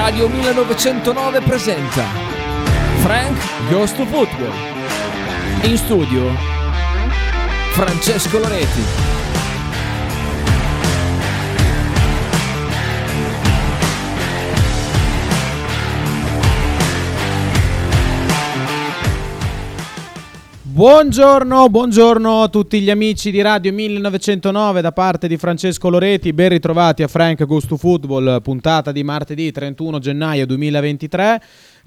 Radio 1909 presenta Frank Goes to Football. In studio Francesco Loreti. Buongiorno a tutti gli amici di Radio 1909 da parte di Francesco Loreti, ben ritrovati a Frank Goes to Football, puntata di martedì 31 gennaio 2023.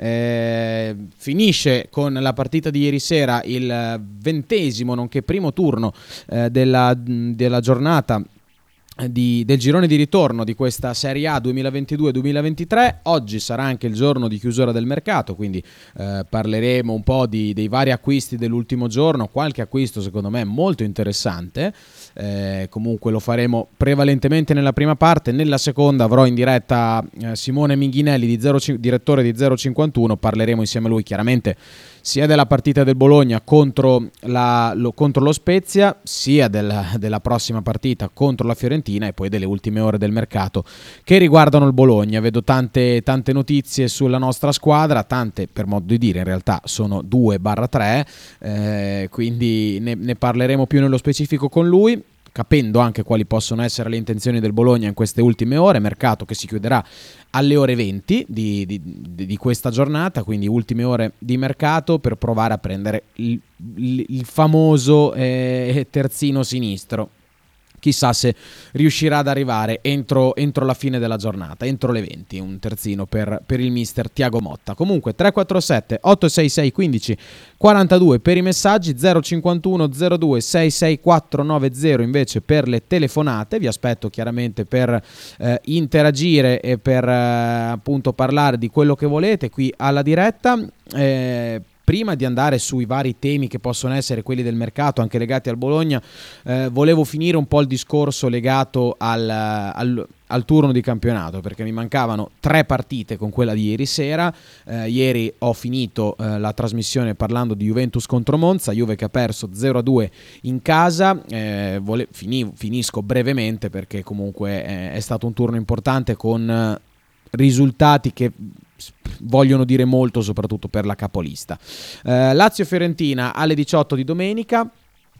Finisce con la partita di ieri sera il 20° nonché primo turno della giornata del girone di ritorno di questa Serie A 2022-2023. Oggi sarà anche il giorno di chiusura del mercato, quindi parleremo un po' dei vari acquisti dell'ultimo giorno, qualche acquisto secondo me molto interessante. Comunque lo faremo prevalentemente nella prima parte. Nella seconda avrò in diretta Simone Minghinelli, direttore di 051. Parleremo insieme a lui chiaramente sia della partita del Bologna contro lo Spezia, sia della prossima partita contro la Fiorentina e poi delle ultime ore del mercato che riguardano il Bologna. Vedo tante notizie sulla nostra squadra, tante per modo di dire, in realtà sono 2/3, quindi ne parleremo più nello specifico con lui, capendo anche quali possono essere le intenzioni del Bologna in queste ultime ore, mercato che si chiuderà alle ore 20 di questa giornata, quindi ultime ore di mercato per provare a prendere il famoso terzino sinistro. Chissà se riuscirà ad arrivare entro la fine della giornata, entro le 20, un terzino per il mister Tiago Motta. Comunque 347 866 15 42 per i messaggi, 051 02 66490 invece per le telefonate. Vi aspetto chiaramente per interagire e per appunto parlare di quello che volete qui alla diretta. Prima di andare sui vari temi che possono essere quelli del mercato, anche legati al Bologna, volevo finire un po' il discorso legato al turno di campionato, perché mi mancavano 3 partite con quella di ieri sera. Ieri ho finito la trasmissione parlando di Juventus contro Monza, Juve che ha perso 0-2 in casa. Finisco brevemente perché comunque è stato un turno importante con risultati che vogliono dire molto, soprattutto per la capolista. Lazio-Fiorentina alle 18 di domenica.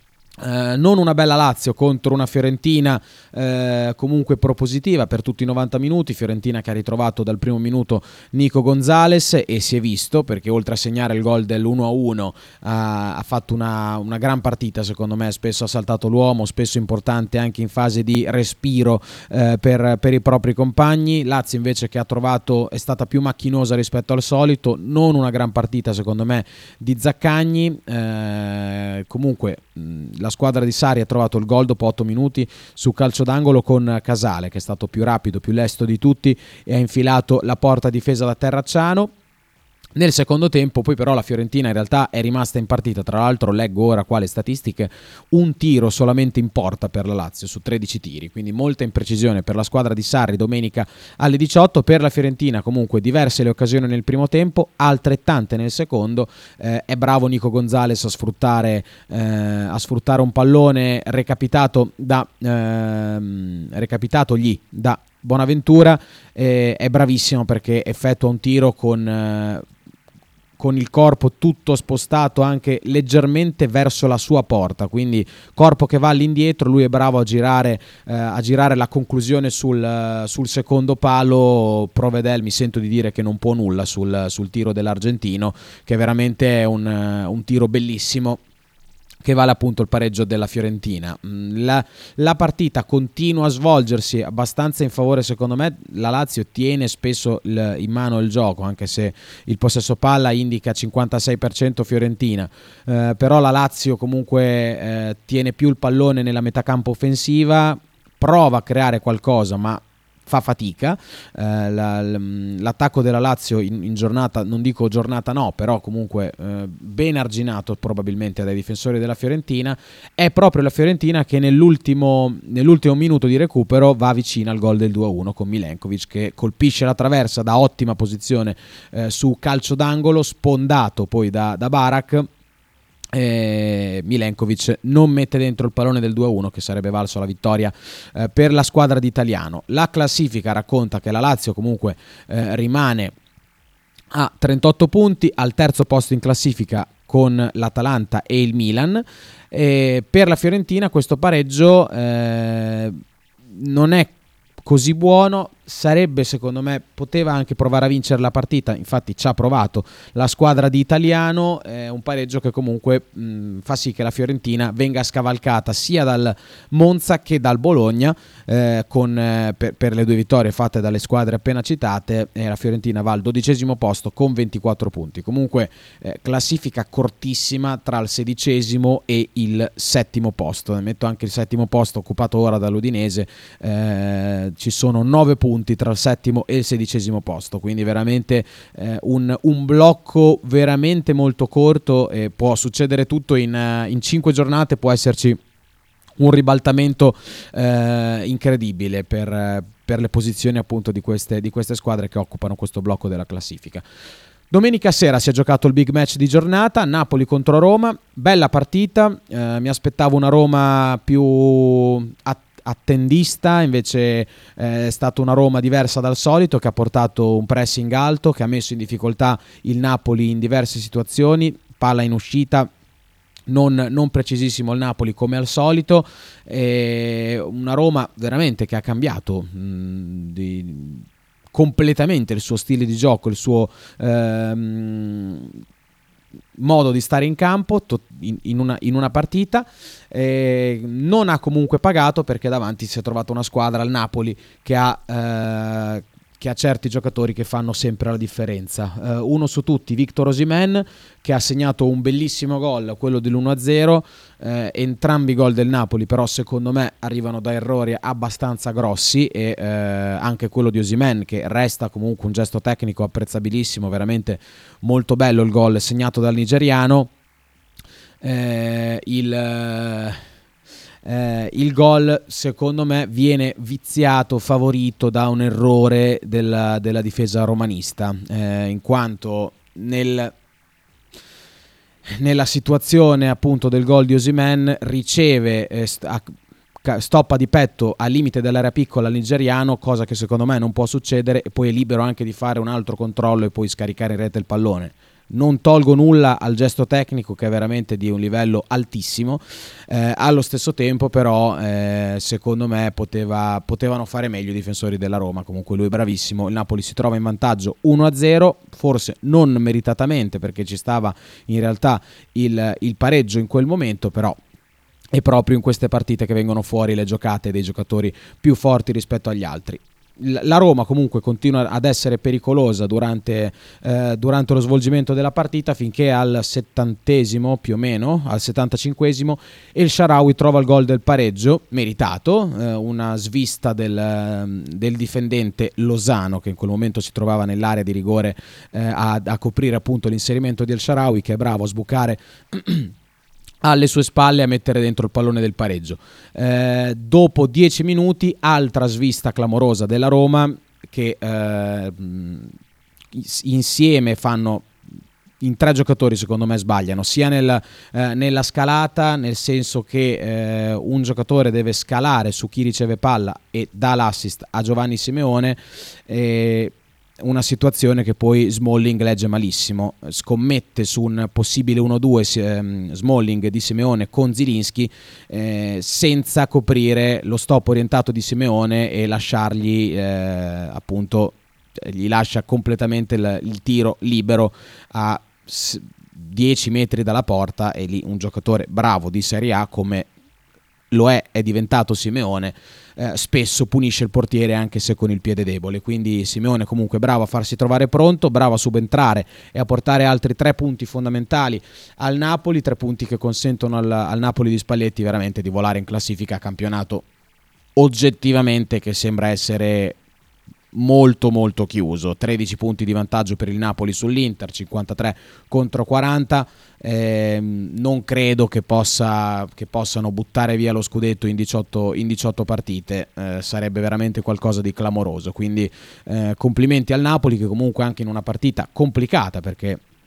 Non una bella Lazio contro una Fiorentina comunque propositiva per tutti i 90 minuti. Fiorentina che ha ritrovato dal primo minuto Nico Gonzalez e si è visto, perché oltre a segnare il gol dell'1-1 ha fatto una gran partita secondo me. Spesso ha saltato l'uomo, spesso importante anche in fase di respiro per i propri compagni. Lazio invece che è stata più macchinosa rispetto al solito. Non una gran partita secondo me di Zaccagni. Comunque la squadra di Sarri ha trovato il gol dopo 8 minuti su calcio d'angolo con Casale, che è stato più rapido, più lesto di tutti e ha infilato la porta difesa da Terracciano. Nel secondo tempo poi però la Fiorentina in realtà è rimasta in partita. Tra l'altro leggo ora qua le statistiche: un tiro solamente in porta per la Lazio su 13 tiri, quindi molta imprecisione per la squadra di Sarri domenica alle 18. Per la Fiorentina comunque diverse le occasioni nel primo tempo, altrettante nel secondo. È bravo Nico Gonzalez a sfruttare un pallone recapitato gli da Bonaventura. È bravissimo perché effettua un tiro con il corpo tutto spostato anche leggermente verso la sua porta, quindi corpo che va all'indietro. Lui è bravo a girare la conclusione sul secondo palo. Provedel mi sento di dire che non può nulla sul tiro dell'argentino, che veramente è un tiro bellissimo che vale appunto il pareggio della Fiorentina. La partita continua a svolgersi abbastanza in favore, secondo me. La Lazio tiene spesso in mano il gioco, anche se il possesso palla indica 56% Fiorentina, però la Lazio comunque tiene più il pallone nella metà campo offensiva, prova a creare qualcosa ma fa fatica. L'attacco della Lazio in giornata, non dico giornata no, però comunque ben arginato probabilmente dai difensori della Fiorentina. È proprio la Fiorentina che nell'ultimo minuto di recupero va vicina al gol del 2-1 con Milenkovic, che colpisce la traversa da ottima posizione su calcio d'angolo, spondato poi da Barak, Milenkovic non mette dentro il pallone del 2-1 che sarebbe valso la vittoria per la squadra di Italiano. La classifica racconta che la Lazio comunque rimane a 38 punti, al terzo posto in classifica con l'Atalanta e il Milan. Per la Fiorentina questo pareggio non è così buono, sarebbe, secondo me, poteva anche provare a vincere la partita, infatti ci ha provato la squadra di Italiano. Un pareggio che comunque fa sì che la Fiorentina venga scavalcata sia dal Monza che dal Bologna, per le due vittorie fatte dalle squadre appena citate. La Fiorentina va al 12° posto con 24 punti. Comunque classifica cortissima tra il 16° e il 7° posto. Ne metto anche il 7° posto occupato ora dall'Udinese. Ci sono 9 punti tra il 7° e il 16° posto, quindi veramente un blocco veramente molto corto. Può succedere tutto in 5 giornate, può esserci un ribaltamento incredibile per le posizioni appunto di queste squadre che occupano questo blocco della classifica. Domenica sera si è giocato il big match di giornata, Napoli contro Roma, bella partita. Mi aspettavo una Roma più attendista, invece è stata una Roma diversa dal solito, che ha portato un pressing alto, che ha messo in difficoltà il Napoli in diverse situazioni, palla in uscita, non precisissimo il Napoli come al solito. Una Roma veramente che ha cambiato completamente il suo stile di gioco, il suo modo di stare in campo in una partita. Non ha comunque pagato, perché davanti si è trovata una squadra, il Napoli, che ha certi giocatori che fanno sempre la differenza. Uno su tutti, Victor Osimhen, che ha segnato un bellissimo gol, quello dell'1-0. Entrambi i gol del Napoli però secondo me arrivano da errori abbastanza grossi, e anche quello di Osimhen, che resta comunque un gesto tecnico apprezzabilissimo, veramente molto bello il gol segnato dal nigeriano. Il gol secondo me viene viziato, favorito da un errore della difesa romanista, in quanto nella situazione appunto del gol di Osimhen riceve stoppa di petto al limite dell'area piccola il nigeriano, cosa che secondo me non può succedere, e poi è libero anche di fare un altro controllo e poi scaricare in rete il pallone. Non tolgo nulla al gesto tecnico, che è veramente di un livello altissimo. Allo stesso tempo però secondo me potevano fare meglio i difensori della Roma. Comunque lui è bravissimo. Il Napoli si trova in vantaggio 1-0, forse non meritatamente, perché ci stava in realtà il pareggio in quel momento, però è proprio in queste partite che vengono fuori le giocate dei giocatori più forti rispetto agli altri. La Roma comunque continua ad essere pericolosa durante lo svolgimento della partita, finché al 70° più o meno, al 75° El Shaarawy trova il gol del pareggio meritato, una svista del difendente Lozano, che in quel momento si trovava nell'area di rigore a coprire appunto l'inserimento di El Shaarawy, che è bravo a sbucare alle sue spalle, a mettere dentro il pallone del pareggio. Dopo 10 minuti, altra svista clamorosa della Roma, che insieme fanno, in 3 giocatori secondo me sbagliano, sia nella scalata, nel senso che un giocatore deve scalare su chi riceve palla e dà l'assist a Giovanni Simeone, una situazione che poi Smalling legge malissimo, scommette su un possibile 1-2 Smalling di Simeone con Zielinski, senza coprire lo stop orientato di Simeone e lasciargli appunto, gli lascia completamente il tiro libero a 10 metri dalla porta, e lì un giocatore bravo di Serie A come lo è diventato Simeone, spesso punisce il portiere anche se con il piede debole. Quindi Simeone comunque bravo a farsi trovare pronto, bravo a subentrare e a portare altri 3 punti fondamentali al Napoli, 3 punti che consentono al Napoli di Spalletti veramente di volare in classifica a campionato oggettivamente che sembra essere molto molto chiuso. 13 punti di vantaggio per il Napoli sull'Inter, 53 contro 40. Non credo che possano buttare via lo scudetto in 18 partite, sarebbe veramente qualcosa di clamoroso. Quindi complimenti al Napoli, che comunque anche in una partita complicata, perché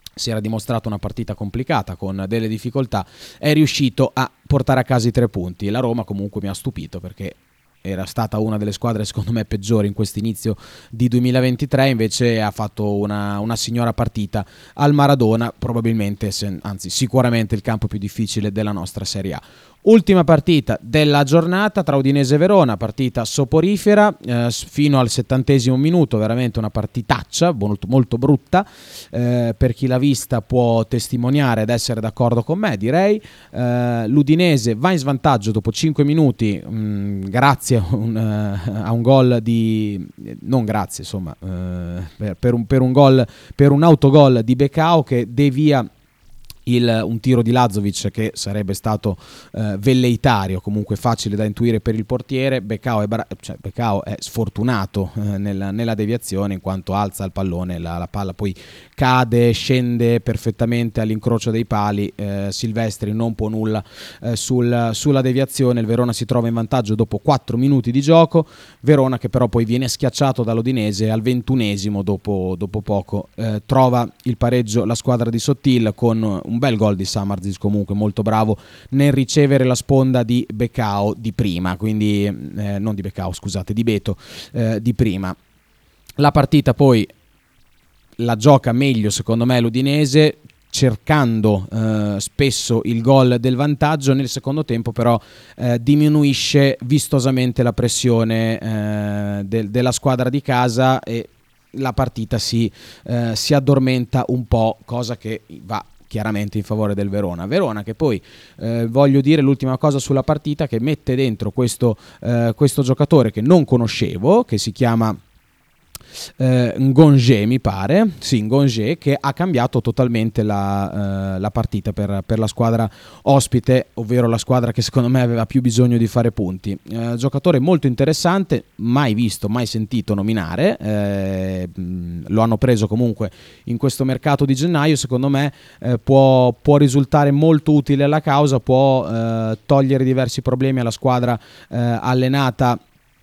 si era dimostrata una partita complicata con delle difficoltà, è riuscito a portare a casa i 3 punti. La Roma comunque mi ha stupito, perché era stata una delle squadre secondo me peggiori in quest'inizio di 2023, invece ha fatto una signora partita al Maradona, probabilmente, anzi sicuramente il campo più difficile della nostra Serie A. Ultima partita della giornata tra Udinese e Verona, partita soporifera, fino al 70° minuto, veramente una partitaccia molto, molto brutta, per chi l'ha vista può testimoniare ed essere d'accordo con me, direi. L'Udinese va in svantaggio dopo 5 minuti, grazie a un gol di... non grazie, insomma, per un autogol di Becao che devia un tiro di Lazovic che sarebbe stato velleitario, comunque facile da intuire per il portiere. Becao è sfortunato nella deviazione, in quanto alza il pallone, la palla poi cade, scende perfettamente all'incrocio dei pali. Silvestri non può nulla sulla deviazione. Il Verona si trova in vantaggio dopo 4 minuti di gioco. Verona che però poi viene schiacciato dall'Udinese al 21° dopo poco. Trova il pareggio la squadra di Sottil con un bel gol di Samardžić, comunque molto bravo nel ricevere la sponda di Becao di prima, quindi non di Becao, scusate, di Beto di prima. La partita poi la gioca meglio secondo me l'Udinese, cercando spesso il gol del vantaggio. Nel secondo tempo però diminuisce vistosamente la pressione della squadra di casa e la partita si addormenta un po', cosa che va chiaramente in favore del Verona che poi voglio dire l'ultima cosa sulla partita, che mette dentro questo giocatore che non conoscevo, che si chiama Ngonge, mi pare, sì, Ngonge, che ha cambiato totalmente la partita per la squadra ospite, ovvero la squadra che secondo me aveva più bisogno di fare punti. Giocatore molto interessante, mai visto, mai sentito nominare, lo hanno preso comunque in questo mercato di gennaio. Secondo me può risultare molto utile alla causa, può togliere diversi problemi alla squadra allenata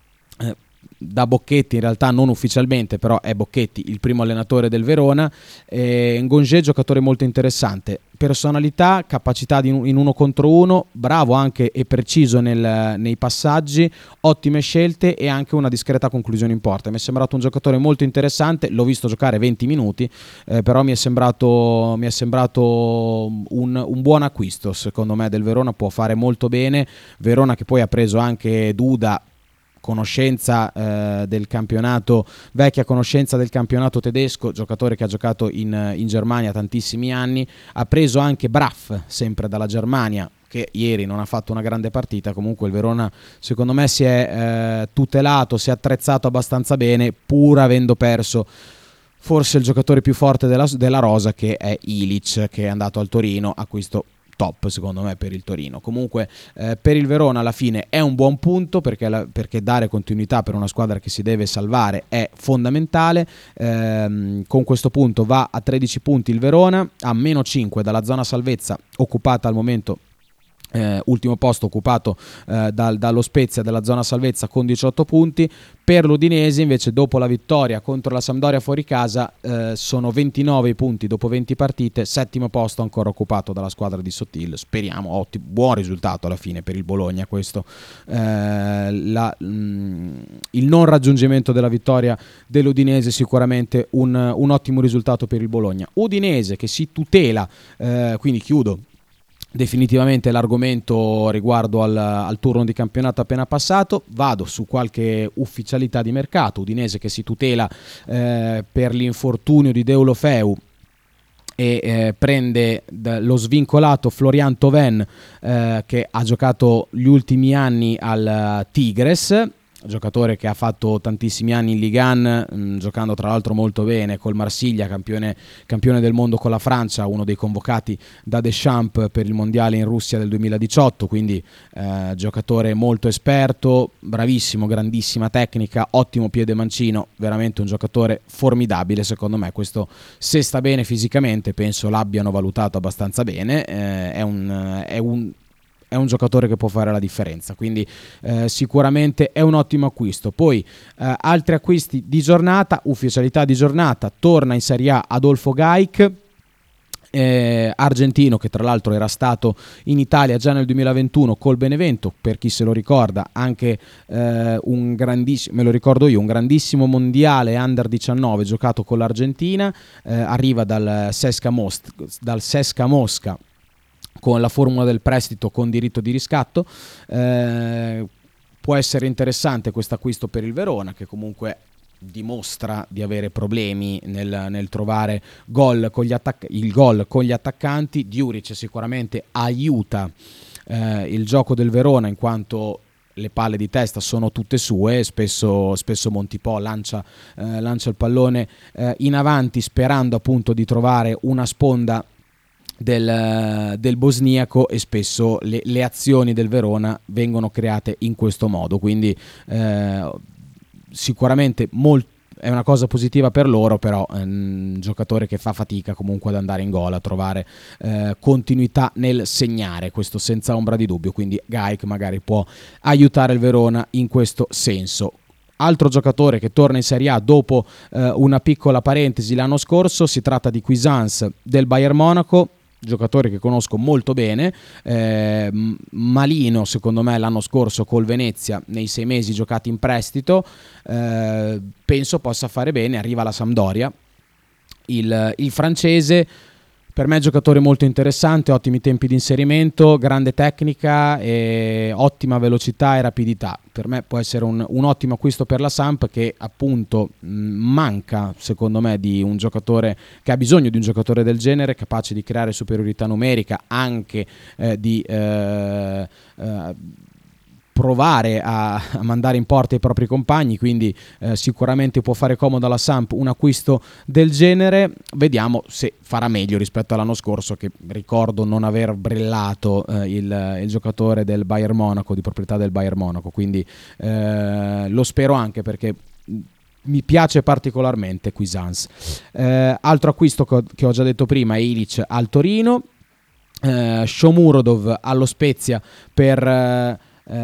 da Bocchetti, in realtà non ufficialmente, però è Bocchetti il primo allenatore del Verona. Ngonge, giocatore molto interessante, personalità, capacità in 1 contro 1, bravo anche e preciso nei passaggi, ottime scelte e anche una discreta conclusione in porta. Mi è sembrato un giocatore molto interessante, l'ho visto giocare 20 minuti, però mi è sembrato un buon acquisto secondo me del Verona, può fare molto bene. Verona che poi ha preso anche Duda, conoscenza del campionato, vecchia conoscenza del campionato tedesco, giocatore che ha giocato in Germania tantissimi anni. Ha preso anche Braff, sempre dalla Germania, che ieri non ha fatto una grande partita. Comunque il Verona secondo me si è tutelato, si è attrezzato abbastanza bene, pur avendo perso forse il giocatore più forte della rosa, che è Ilić, che è andato al Torino, acquisto top secondo me per il Torino. Comunque per il Verona alla fine è un buon punto, perché dare continuità per una squadra che si deve salvare è fondamentale. Con questo punto va a 13 punti il Verona, a meno 5 dalla zona salvezza, occupata al momento, ultimo posto occupato dallo Spezia della zona salvezza con 18 punti. Per l'Udinese invece, dopo la vittoria contro la Sampdoria fuori casa, sono 29 punti dopo 20 partite, 7° posto ancora occupato dalla squadra di Sottil. Speriamo buon risultato alla fine per il Bologna questo, il non raggiungimento della vittoria dell'Udinese, sicuramente un ottimo risultato per il Bologna. Udinese che si tutela, quindi chiudo definitivamente l'argomento riguardo al turno di campionato appena passato. Vado su qualche ufficialità di mercato. Udinese che si tutela per l'infortunio di Deulofeu e prende lo svincolato Florian Thauvin, che ha giocato gli ultimi anni al Tigres, giocatore che ha fatto tantissimi anni in Ligue 1, giocando tra l'altro molto bene col Marsiglia, campione del mondo con la Francia, uno dei convocati da Deschamps per il mondiale in Russia del 2018, quindi giocatore molto esperto, bravissimo, grandissima tecnica, ottimo piede mancino, veramente un giocatore formidabile secondo me. Questo, se sta bene fisicamente, penso l'abbiano valutato abbastanza bene. È un giocatore che può fare la differenza, quindi sicuramente è un ottimo acquisto. Poi altri acquisti di giornata, ufficialità di giornata: torna in Serie A Adolfo Gaik, argentino, che tra l'altro era stato in Italia già nel 2021 col Benevento, per chi se lo ricorda, anche un grandissimo, me lo ricordo io, un grandissimo mondiale under 19 giocato con l'Argentina, arriva dal CSKA Mosca con la formula del prestito con diritto di riscatto. Può essere interessante questo acquisto per il Verona, che comunque dimostra di avere problemi nel trovare il gol con gli attaccanti. Djuric sicuramente aiuta il gioco del Verona, in quanto le palle di testa sono tutte sue. Spesso Montipò lancia il pallone in avanti, sperando appunto di trovare una sponda del bosniaco, e spesso le azioni del Verona vengono create in questo modo, quindi sicuramente è una cosa positiva per loro, però è un giocatore che fa fatica comunque ad andare in gol, a trovare continuità nel segnare, questo senza ombra di dubbio, quindi Gaik magari può aiutare il Verona in questo senso. Altro giocatore che torna in Serie A dopo una piccola parentesi l'anno scorso, si tratta di Cuisance del Bayern Monaco, giocatore che conosco molto bene, malino secondo me l'anno scorso col Venezia nei 6 mesi giocati in prestito, penso possa fare bene, arriva alla Sampdoria, il francese. Per me è un giocatore molto interessante, ottimi tempi di inserimento, grande tecnica, e ottima velocità e rapidità. Per me può essere un ottimo acquisto per la Samp, che appunto manca secondo me di un giocatore, che ha bisogno di un giocatore del genere, capace di creare superiorità numerica, anche di provare a mandare in porta i propri compagni, quindi sicuramente può fare comodo alla Samp un acquisto del genere. Vediamo se farà meglio rispetto all'anno scorso, che ricordo non aver brillato il giocatore del Bayern Monaco, di proprietà del Bayern Monaco, quindi lo spero, anche perché mi piace particolarmente Cuisance. Altro acquisto che ho già detto prima è Ilic al Torino, Shomurodov allo Spezia per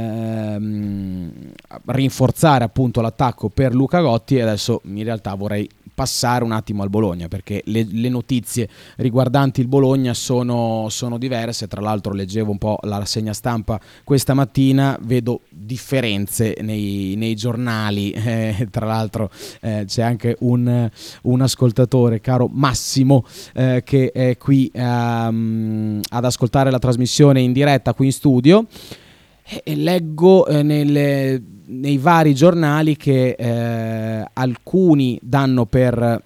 rinforzare appunto l'attacco per Luca Gotti. E adesso in realtà vorrei passare un attimo al Bologna, perché le notizie riguardanti il Bologna sono diverse. Tra l'altro leggevo un po' la rassegna stampa questa mattina, vedo differenze nei giornali, tra l'altro c'è anche un ascoltatore, caro Massimo, che è qui ad ascoltare la trasmissione in diretta qui in studio. E leggo nei vari giornali che alcuni danno per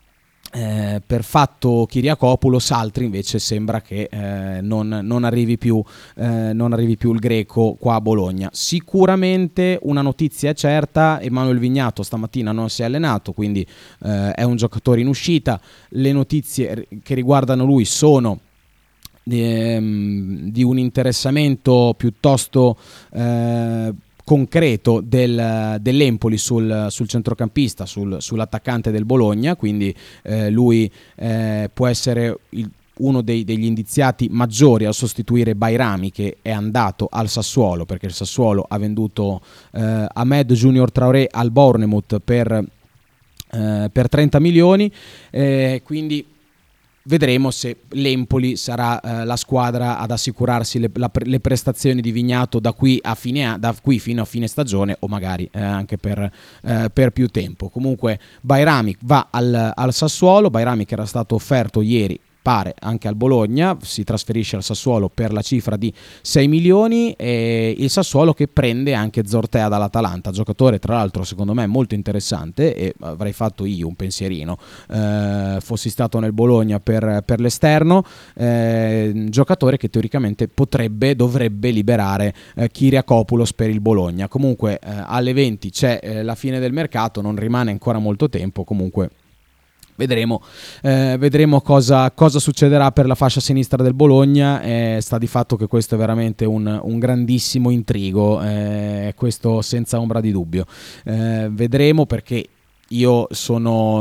fatto Kyriakopoulos, altri invece sembra che non arrivi più il greco qua a Bologna. Sicuramente una notizia è certa: Emanuel Vignato stamattina non si è allenato, quindi è un giocatore in uscita. Le notizie che riguardano lui sono di un interessamento piuttosto concreto dell'Empoli sul centrocampista, sull'attaccante del Bologna, quindi lui può essere uno degli indiziati maggiori a sostituire Bayrami, che è andato al Sassuolo, perché il Sassuolo ha venduto Ahmed Junior Traoré al Bournemouth per 30 milioni, quindi vedremo se l'Empoli sarà la squadra ad assicurarsi le prestazioni di Vignato da qui fino a fine stagione, o magari anche per più tempo. Comunque Bayrami va al Sassuolo, Bayrami che era stato offerto ieri, pare, anche al Bologna, si trasferisce al Sassuolo per la cifra di 6 milioni, e il Sassuolo che prende anche Zortea dall'Atalanta, giocatore tra l'altro secondo me molto interessante, e avrei fatto io un pensierino fossi stato nel Bologna per l'esterno, giocatore che teoricamente dovrebbe liberare Kyriakopoulos per il Bologna. Comunque alle 20 c'è la fine del mercato, non rimane ancora molto tempo, comunque vedremo cosa succederà per la fascia sinistra del Bologna. Sta di fatto che questo è veramente un grandissimo intrigo, questo senza ombra di dubbio. Vedremo, perché io sono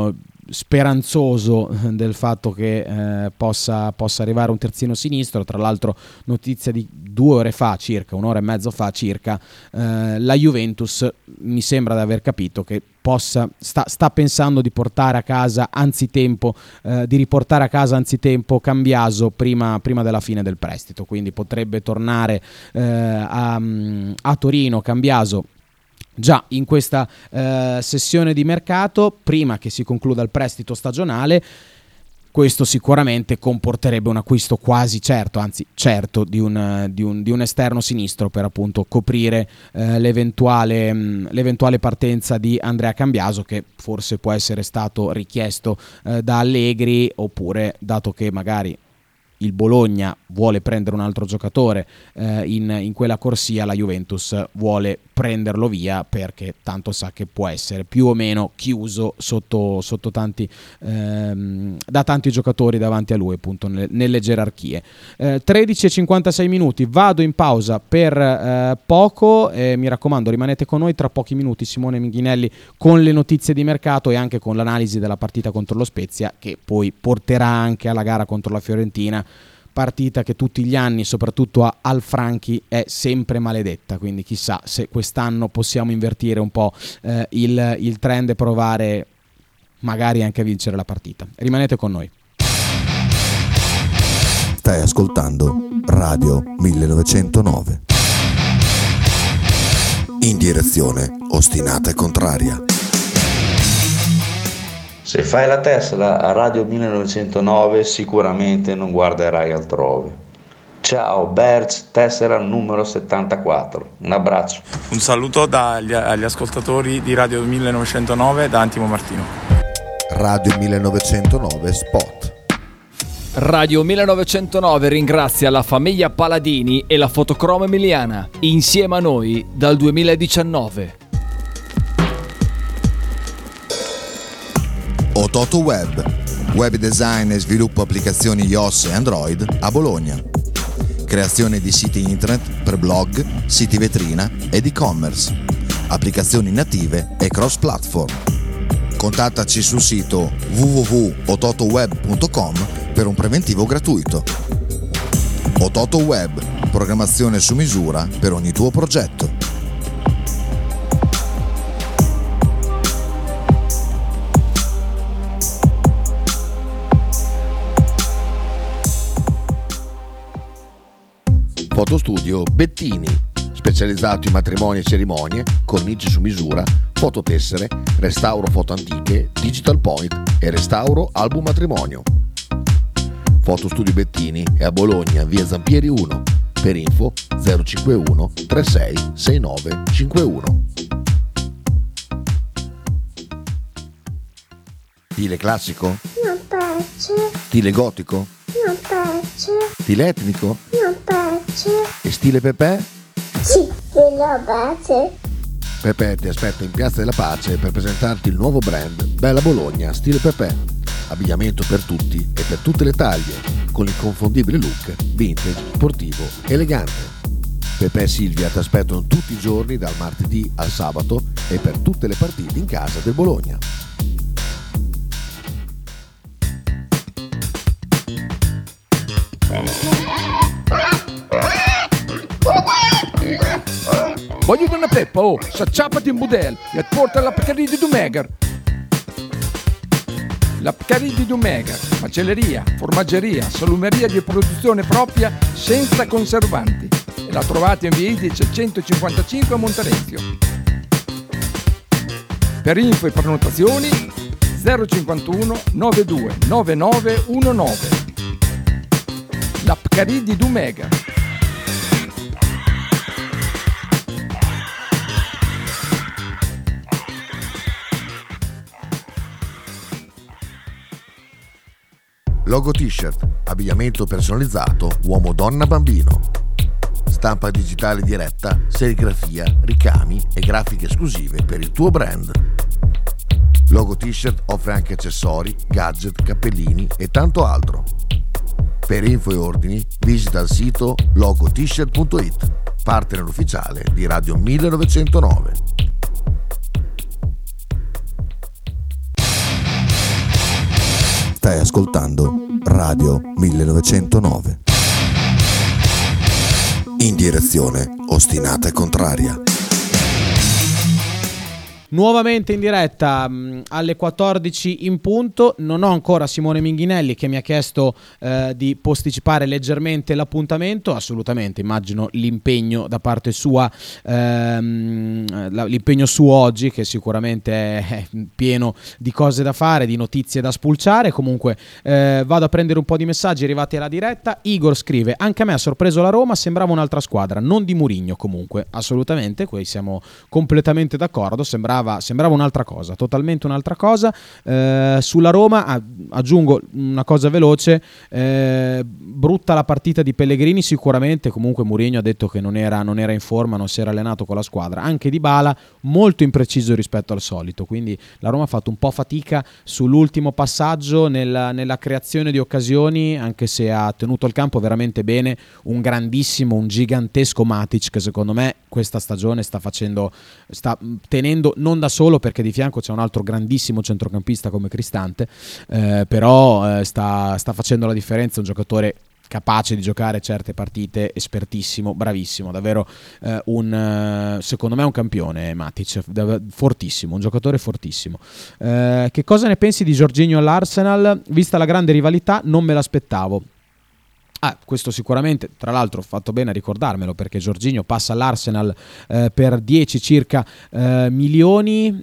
speranzoso del fatto che possa arrivare un terzino sinistro. Tra l'altro, notizia di 2 ore fa circa, 1 ora e mezzo fa circa, la Juventus mi sembra di aver capito che sta pensando di portare a casa anzitempo, di riportare a casa anzitempo Cambiaso prima della fine del prestito, quindi potrebbe tornare a Torino Cambiaso già in questa sessione di mercato, prima che si concluda il prestito stagionale. Questo sicuramente comporterebbe un acquisto quasi certo, anzi certo, di un esterno sinistro per appunto coprire l'eventuale partenza di Andrea Cambiaso, che forse può essere stato richiesto da Allegri, oppure, dato che magari il Bologna vuole prendere un altro giocatore in quella corsia, la Juventus vuole prenderlo via, perché tanto sa che può essere più o meno chiuso sotto tanti da tanti giocatori davanti a lui, appunto nelle gerarchie. 13:56 minuti, vado in pausa per poco, mi raccomando rimanete con noi. Tra pochi minuti Simone Minghinelli con le notizie di mercato e anche con l'analisi della partita contro lo Spezia, che poi porterà anche alla gara contro la Fiorentina, partita che tutti gli anni, soprattutto al Franchi, è sempre maledetta, quindi chissà se quest'anno possiamo invertire un po' il trend e provare magari anche a vincere la partita. Rimanete con noi. Stai ascoltando Radio 1909, in direzione ostinata e contraria. Se fai la Tesla a Radio 1909 sicuramente non guarderai altrove. Ciao Berz, tessera numero 74. Un abbraccio. Un saluto agli ascoltatori di Radio 1909 da Antimo Martino. Radio 1909 Spot. Radio 1909 ringrazia la famiglia Paladini e la Fotocromo Emiliana, insieme a noi dal 2019. Ototo Web, web design e sviluppo applicazioni iOS e Android a Bologna. Creazione di siti internet per blog, siti vetrina ed e-commerce, applicazioni native e cross-platform. Contattaci sul sito www.ototoweb.com per un preventivo gratuito. Ototo Web, programmazione su misura per ogni tuo progetto. Fotostudio Bettini, specializzato in matrimoni e cerimonie, cornici su misura, fototessere, restauro foto antiche, digital point e restauro album matrimonio. Fotostudio Bettini è a Bologna, via Zampieri 1, per info 051 36 69 51. Stile classico? Non piace. Stile gotico? Non piace. Stile etnico? Non piace. E stile Pepe? Sì, lo piace. Pepe ti aspetta in Piazza della Pace per presentarti il nuovo brand Bella Bologna Stile Pepe. Abbigliamento per tutti e per tutte le taglie, con l'inconfondibile look vintage, sportivo, elegante. Pepe e Silvia ti aspettano tutti i giorni dal martedì al sabato e per tutte le partite in casa del Bologna. Voglio una peppa, oh, s'acciappati in budel e porta la Pcaridi di Dumegar. La Pcaridi di Dumegar, macelleria, formaggeria, salumeria di produzione propria senza conservanti. E la trovate in via Idice 155 a Monterezio. Per info e prenotazioni 051 92 9919. La Pcaridi di Dumegar. Logo t-shirt, abbigliamento personalizzato uomo, donna, bambino. Stampa digitale diretta, serigrafia, ricami e grafiche esclusive per il tuo brand. Logo t-shirt offre anche accessori, gadget, cappellini e tanto altro. Per info e ordini visita il sito logotshirt.it, partner ufficiale di Radio 1909. Stai ascoltando Radio 1909. In direzione ostinata e contraria. Nuovamente in diretta alle 14 in punto. Non ho ancora Simone Minghinelli, che mi ha chiesto di posticipare leggermente l'appuntamento. Assolutamente, immagino l'impegno da parte sua, l'impegno suo oggi, che sicuramente è pieno di cose da fare, di notizie da spulciare. Comunque vado a prendere un po' di messaggi arrivati alla diretta. Igor scrive: anche a me ha sorpreso la Roma, sembrava un'altra squadra, non di Mourinho. Comunque assolutamente, qui siamo completamente d'accordo, sembrava un'altra cosa, totalmente un'altra cosa. Sulla Roma aggiungo una cosa veloce, brutta la partita di Pellegrini sicuramente. Comunque Mourinho ha detto che non era in forma, non si era allenato con la squadra. Anche Dybala molto impreciso rispetto al solito, quindi la Roma ha fatto un po' fatica sull'ultimo passaggio nella creazione di occasioni, anche se ha tenuto il campo veramente bene un grandissimo, un gigantesco Matic, che secondo me questa stagione sta tenendo, non da solo perché di fianco c'è un altro grandissimo centrocampista come Cristante, però sta facendo la differenza, un giocatore capace di giocare certe partite, espertissimo, bravissimo, davvero secondo me un campione Matic, fortissimo, un giocatore fortissimo. Che cosa ne pensi di Jorginho all'Arsenal? Vista la grande rivalità non me l'aspettavo. Questo sicuramente, tra l'altro ho fatto bene a ricordarmelo, perché Jorginho passa all'Arsenal per 10 circa milioni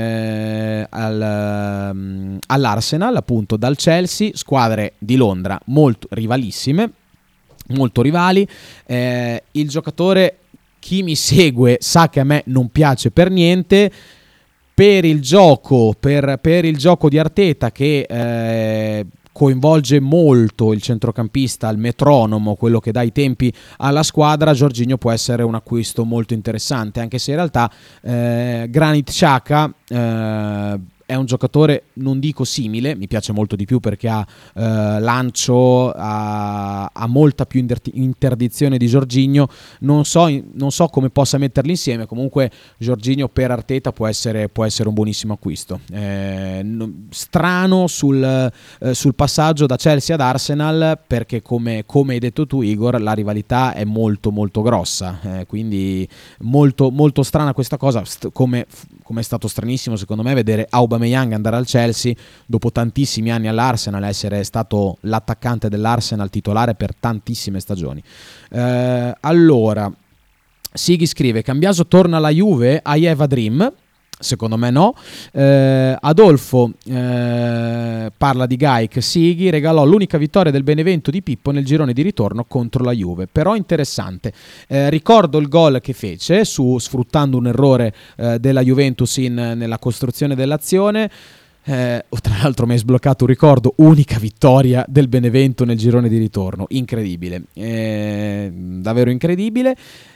all'Arsenal, appunto dal Chelsea, squadre di Londra molto rivalissime, molto rivali. Il giocatore, chi mi segue sa che a me non piace per niente, per il gioco di Arteta, che coinvolge molto il centrocampista al metronomo, quello che dà i tempi alla squadra. Jorginho può essere un acquisto molto interessante, anche se in realtà Granit Xhaka è un giocatore, non dico simile, mi piace molto di più perché ha lancio, ha molta più interdizione di Jorginho. Non so come possa metterli insieme. Comunque Jorginho per Arteta può essere un buonissimo acquisto. Strano sul passaggio da Chelsea ad Arsenal, perché come hai detto tu, Igor, la rivalità è molto molto grossa, quindi molto molto strana questa cosa, come è stato stranissimo secondo me vedere Aubameyang andare al Chelsea dopo tantissimi anni all'Arsenal, essere stato l'attaccante dell'Arsenal titolare per tantissime stagioni. Allora Sighi scrive: Cambiaso torna alla Juve, I have a dream. Secondo me no. Adolfo parla di Gaik. Sighi regalò l'unica vittoria del Benevento di Pippo nel girone di ritorno contro la Juve, però interessante. Ricordo il gol che fece sfruttando un errore della Juventus nella costruzione dell'azione. Tra l'altro mi hai sbloccato un ricordo: unica vittoria del Benevento nel girone di ritorno, incredibile, davvero incredibile.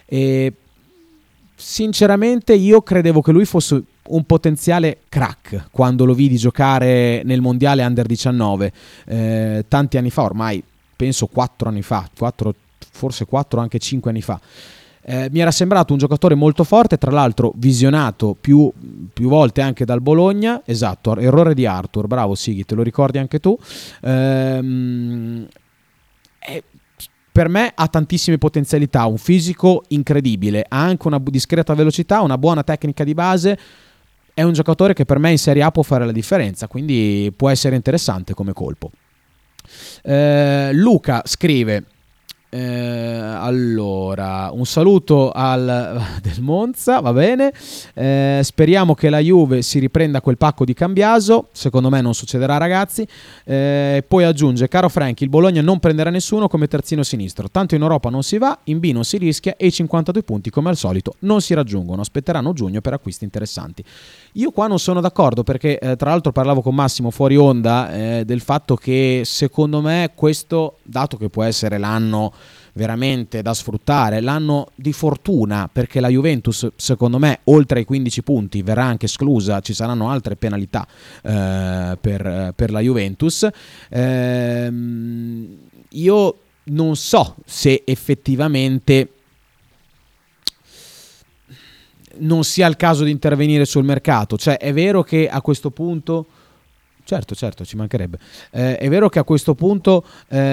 Sinceramente io credevo che lui fosse un potenziale crack quando lo vidi giocare nel mondiale Under 19 tanti anni fa, ormai penso 4 anni fa, forse 4, anche 5 anni fa. Mi era sembrato un giocatore molto forte, tra l'altro visionato più volte anche dal Bologna. Esatto, errore di Arthur, bravo Sighi, te lo ricordi anche tu. Per me ha tantissime potenzialità, un fisico incredibile, ha anche una discreta velocità, una buona tecnica di base. È un giocatore che per me in Serie A può fare la differenza, quindi può essere interessante come colpo. Luca scrive: allora, un saluto del Monza, va bene, speriamo che la Juve si riprenda quel pacco di Cambiaso. Secondo me non succederà, ragazzi. Poi aggiunge: caro Frank, il Bologna non prenderà nessuno come terzino sinistro, tanto in Europa non si va, in B non si rischia e i 52 punti come al solito non si raggiungono, aspetteranno giugno per acquisti interessanti. Io qua non sono d'accordo, perché tra l'altro parlavo con Massimo fuori onda del fatto che secondo me questo, dato che può essere l'anno veramente da sfruttare, l'anno di fortuna, perché la Juventus secondo me oltre ai 15 punti verrà anche esclusa, ci saranno altre penalità per la Juventus. Io non so se effettivamente non sia il caso di intervenire sul mercato. Cioè, è vero che a questo punto Certo, ci mancherebbe. È vero che a questo punto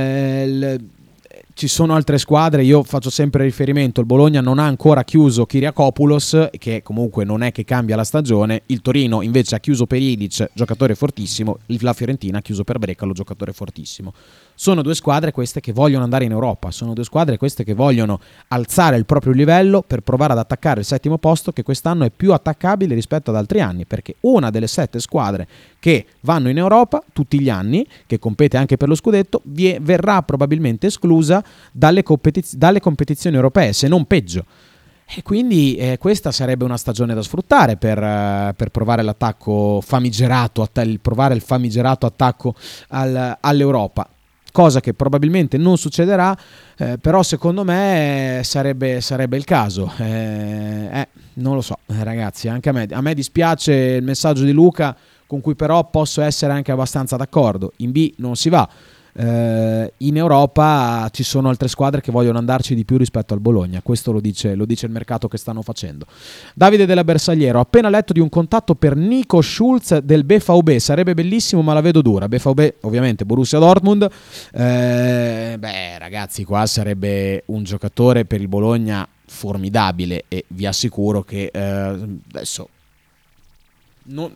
ci sono altre squadre, io faccio sempre riferimento, il Bologna non ha ancora chiuso Kyriakopoulos, che comunque non è che cambia la stagione, il Torino invece ha chiuso per Ilic, giocatore fortissimo, la Fiorentina ha chiuso per Brecalo, giocatore fortissimo. Sono due squadre queste che vogliono andare in Europa, sono due squadre queste che vogliono alzare il proprio livello per provare ad attaccare il 7° posto, che quest'anno è più attaccabile rispetto ad altri anni, perché una delle 7 squadre che vanno in Europa tutti gli anni, che compete anche per lo scudetto, verrà probabilmente esclusa dalle competizioni europee, se non peggio. E quindi questa sarebbe una stagione da sfruttare per provare l'attacco famigerato, provare il famigerato attacco all'Europa. Cosa che probabilmente non succederà, però secondo me sarebbe il caso. Non lo so, ragazzi, anche a me dispiace il messaggio di Luca, con cui però posso essere anche abbastanza d'accordo. In B non si va. In Europa ci sono altre squadre che vogliono andarci di più rispetto al Bologna, questo lo dice il mercato che stanno facendo. Davide della Bersagliero: ho appena letto di un contatto per Nico Schulz del BVB, sarebbe bellissimo ma la vedo dura. BVB ovviamente Borussia Dortmund. Ragazzi, qua sarebbe un giocatore per il Bologna formidabile, e vi assicuro che adesso non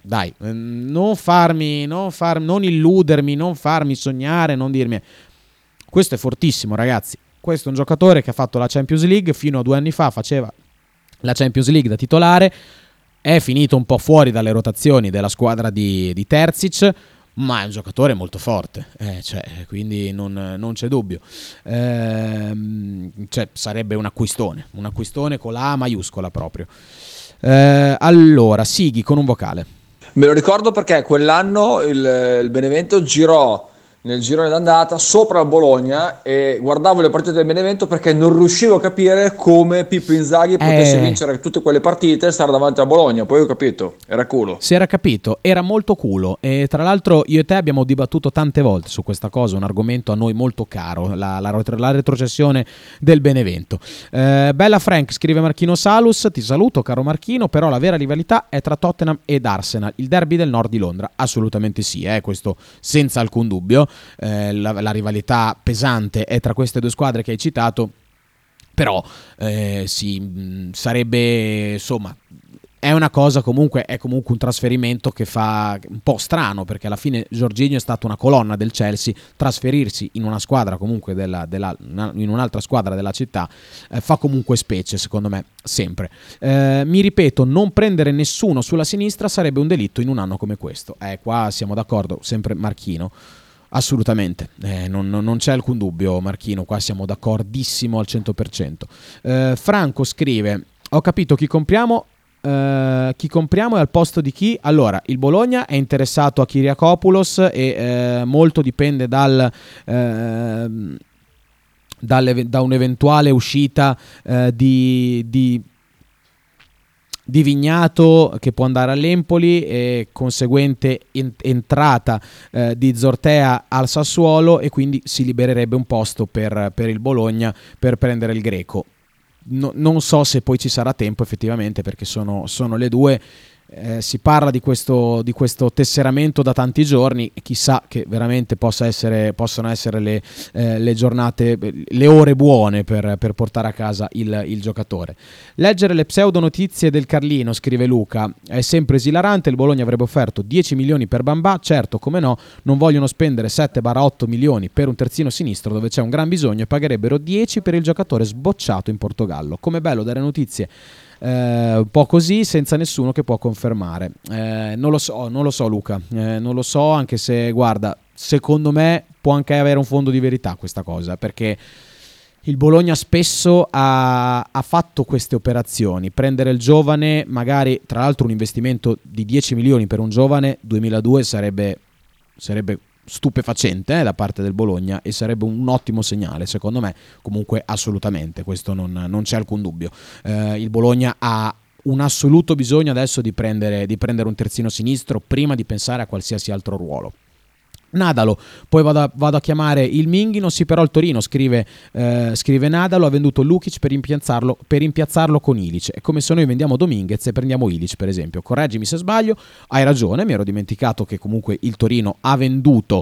illudermi, non farmi sognare, non dirmi questo è fortissimo, ragazzi. Questo è un giocatore che ha fatto la Champions League, fino a 2 anni fa faceva la Champions League da titolare, è finito un po' fuori dalle rotazioni della squadra di Terzic, ma è un giocatore molto forte, quindi non c'è dubbio. Sarebbe un acquistone con la A maiuscola proprio. Allora, Sighi con un vocale. Me lo ricordo perché quell'anno il Benevento girò nel girone d'andata sopra il Bologna, e guardavo le partite del Benevento perché non riuscivo a capire come Pippo Inzaghi potesse vincere tutte quelle partite e stare davanti a Bologna. Poi ho capito, era culo. Si era capito, era molto culo, e tra l'altro io e te abbiamo dibattuto tante volte su questa cosa, un argomento a noi molto caro, la retrocessione del Benevento. Bella Frank, scrive Marchino Salus: ti saluto caro Marchino, però la vera rivalità è tra Tottenham ed Arsenal, il derby del nord di Londra. Assolutamente sì, questo senza alcun dubbio. La rivalità pesante è tra queste due squadre che hai citato, però sarebbe, insomma, è una cosa comunque, è comunque un trasferimento che fa un po' strano, perché alla fine Jorginho è stato una colonna del Chelsea, trasferirsi in una squadra comunque in un'altra squadra della città fa comunque specie, secondo me, sempre. Mi ripeto, non prendere nessuno sulla sinistra sarebbe un delitto in un anno come questo. Qua siamo d'accordo, sempre Marchino. Assolutamente, non c'è alcun dubbio Marchino, qua siamo d'accordissimo al 100%. Franco scrive: ho capito chi compriamo e al posto di chi. Allora, il Bologna è interessato a Kyriakopoulos e molto dipende da un'eventuale uscita di Vignato, che può andare all'Empoli, e conseguente entrata di Zortea al Sassuolo, e quindi si libererebbe un posto per il Bologna per prendere il greco. Non so se poi ci sarà tempo effettivamente, perché sono le 2. Si parla di questo tesseramento da tanti giorni, e chissà che veramente possano essere le giornate, le ore buone per portare a casa il giocatore. Leggere le pseudo notizie del Carlino, scrive Luca, è sempre esilarante. Il Bologna avrebbe offerto 10 milioni per Bambà, certo, come no, non vogliono spendere 7-8 milioni per un terzino sinistro dove c'è un gran bisogno, e pagherebbero 10 per il giocatore sbocciato in Portogallo. Come bello dare notizie un po' così senza nessuno che può confermare. Non lo so Luca, non lo so, anche se guarda, secondo me può anche avere un fondo di verità questa cosa, perché il Bologna spesso ha fatto queste operazioni, prendere il giovane, magari tra l'altro un investimento di 10 milioni per un giovane 2002 sarebbe stupefacente da parte del Bologna, e sarebbe un ottimo segnale, secondo me. Comunque assolutamente, questo non c'è alcun dubbio. Il Bologna ha un assoluto bisogno adesso di prendere un terzino sinistro prima di pensare a qualsiasi altro ruolo. Nadalo, poi vado a chiamare il Minghino, sì, però il Torino, scrive Nadalo, ha venduto Lukic per rimpiazzarlo con Ilic. È come se noi vendiamo Dominguez e prendiamo Ilic, per esempio. Correggimi se sbaglio, hai ragione, mi ero dimenticato che comunque il Torino ha venduto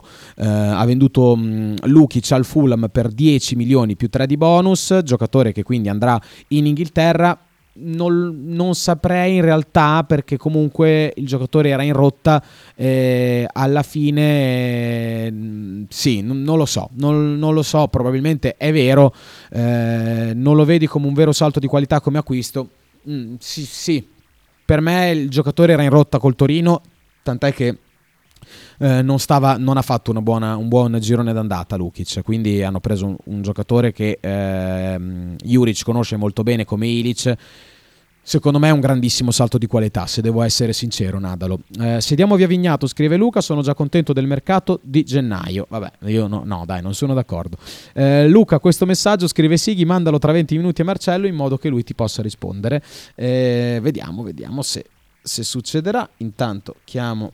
Lukic al Fulham per 10 milioni più 3 di bonus, giocatore che quindi andrà in Inghilterra. Non saprei in realtà, perché comunque il giocatore era in rotta, alla fine sì, non lo so, probabilmente è vero, non lo vedi come un vero salto di qualità come acquisto. Sì, per me il giocatore era in rotta col Torino, tant'è che non ha fatto un buon girone d'andata Lukic, quindi hanno preso un giocatore che Juric conosce molto bene come Ilic. Secondo me è un grandissimo salto di qualità, se devo essere sincero. Nadalo, se diamo via Vignato, scrive Luca, sono già contento del mercato di gennaio. Vabbè, io no dai, non sono d'accordo. Luca, questo messaggio, scrive Sighi, mandalo tra 20 minuti a Marcello in modo che lui ti possa rispondere. Vediamo se succederà. Intanto chiamo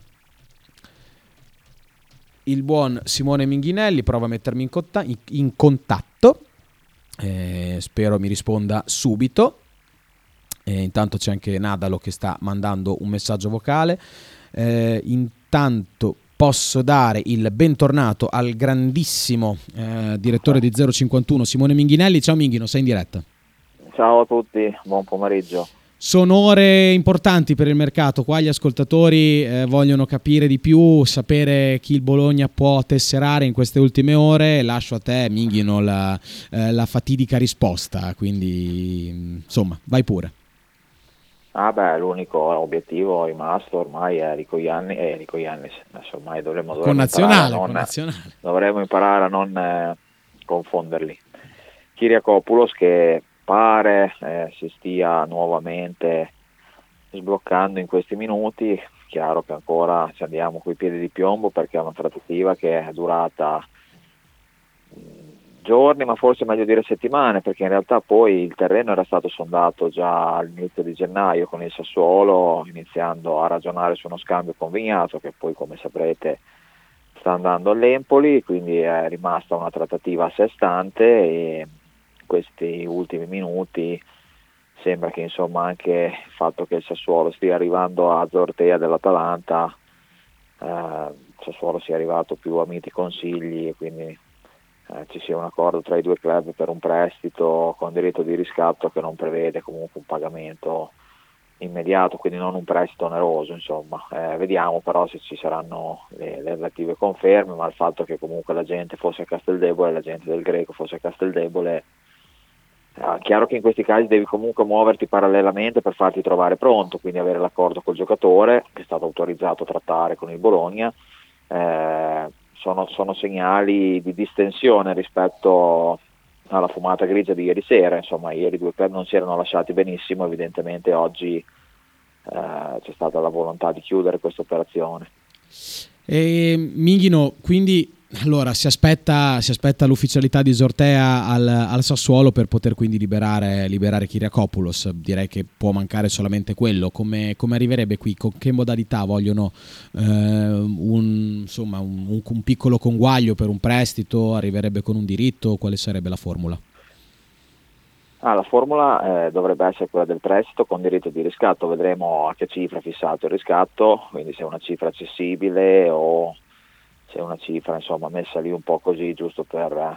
il buon Simone Minghinelli, prova a mettermi in contatto, spero mi risponda subito. Intanto c'è anche Nadalo che sta mandando un messaggio vocale. Intanto posso dare il bentornato al grandissimo direttore di 051 Simone Minghinelli. Ciao Minghino, sei in diretta. Ciao a tutti, buon pomeriggio. Sono ore importanti per il mercato, qua gli ascoltatori vogliono capire di più, sapere chi il Bologna può tesserare in queste ultime ore. Lascio a te, Minghino, la fatidica risposta, quindi insomma, vai pure. L'unico obiettivo rimasto ormai è Rico Iannis, adesso ormai dovremmo imparare a non confonderli. Kyriakopoulos, che pare si stia nuovamente sbloccando in questi minuti. Chiaro che ancora ci andiamo coi piedi di piombo, perché è una trattativa che è durata giorni, ma forse meglio dire settimane, perché in realtà poi il terreno era stato sondato già all'inizio di gennaio con il Sassuolo, iniziando a ragionare su uno scambio con Vignato, che poi, come saprete, sta andando all'Empoli, quindi è rimasta una trattativa a sé stante, e questi ultimi minuti sembra che insomma anche il fatto che il Sassuolo stia arrivando a Zortea dell'Atalanta, il Sassuolo sia arrivato più a miti consigli, e quindi ci sia un accordo tra i due club per un prestito con diritto di riscatto che non prevede comunque un pagamento immediato, quindi non un prestito oneroso, insomma. Vediamo però se ci saranno le relative conferme, ma il fatto che comunque la gente fosse a Casteldebole, la gente del Greco fosse a Casteldebole, chiaro che in questi casi devi comunque muoverti parallelamente per farti trovare pronto, quindi avere l'accordo col giocatore che è stato autorizzato a trattare con il Bologna. Sono segnali di distensione rispetto alla fumata grigia di ieri sera. Insomma, ieri i due club non si erano lasciati benissimo, evidentemente oggi c'è stata la volontà di chiudere questa operazione. Minghino, quindi allora si aspetta l'ufficialità di Zortea al Sassuolo per poter quindi liberare Kyriakopoulos. Direi che può mancare solamente quello. Come arriverebbe qui? Con che modalità? Vogliono un piccolo conguaglio per un prestito? Arriverebbe con un diritto? Quale sarebbe la formula? La formula dovrebbe essere quella del prestito con diritto di riscatto. Vedremo a che cifra è fissato il riscatto, quindi se è una cifra accessibile o se è una cifra insomma messa lì un po' così giusto per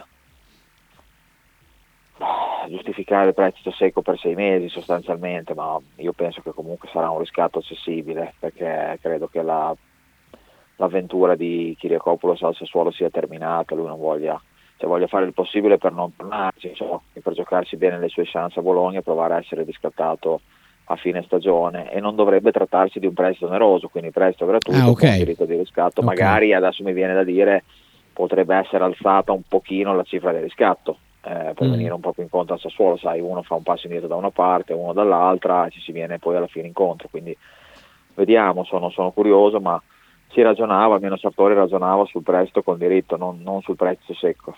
giustificare il prestito secco per 6 mesi sostanzialmente, ma io penso che comunque sarà un riscatto accessibile, perché credo che l'avventura di Kyriakopoulos al Sassuolo sia terminata. Lui non voglia fare il possibile per non tornarci, per giocarsi bene le sue chance a Bologna e provare a essere riscattato a fine stagione, e non dovrebbe trattarsi di un prestito oneroso, quindi prestito gratuito con diritto di riscatto. Magari adesso mi viene da dire potrebbe essere alzata un pochino la cifra del riscatto per venire un po' più incontro al Sassuolo, sai, uno fa un passo indietro da una parte, uno dall'altra, e ci si viene poi alla fine incontro, quindi vediamo. Sono curioso, ma si ragionava, almeno Sartori ragionava sul prestito con diritto, non sul prestito secco.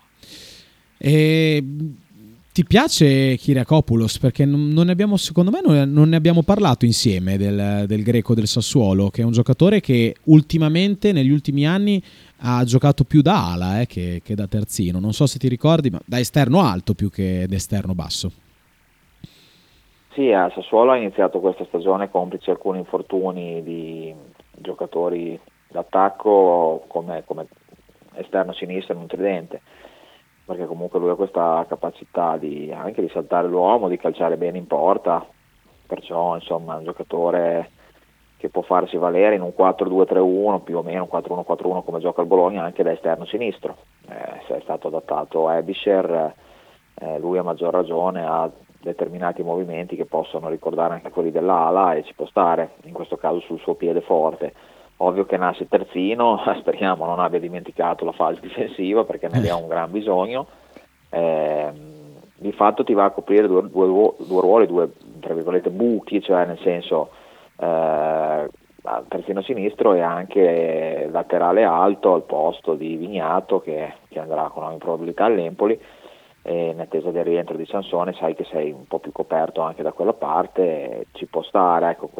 Ti piace Kyriakopoulos? Perché secondo me non ne abbiamo parlato insieme del Greco del Sassuolo, che è un giocatore che ultimamente, negli ultimi anni, ha giocato più da ala che da terzino, non so se ti ricordi, ma da esterno alto più che da esterno basso. Sì, a Sassuolo ha iniziato questa stagione complice alcuni infortuni di giocatori d'attacco come esterno sinistro in un tridente, perché comunque lui ha questa capacità anche di saltare l'uomo, di calciare bene in porta, perciò insomma è un giocatore che può farsi valere in un 4-2-3-1, più o meno un 4-1-4-1 come gioca il Bologna, anche da esterno sinistro. Se è stato adattato Ebischer, lui a maggior ragione ha determinati movimenti che possono ricordare anche quelli dell'ala e ci può stare, in questo caso sul suo piede forte. Ovvio che nasce terzino, speriamo non abbia dimenticato la fase difensiva perché ne abbiamo un gran bisogno. Di fatto ti va a coprire due ruoli, due tra virgolette buchi, cioè nel senso terzino sinistro e anche laterale alto al posto di Vignato che andrà con ogni probabilità all'Empoli, e in attesa del rientro di Sansone sai che sei un po' più coperto anche da quella parte, ci può stare, ecco,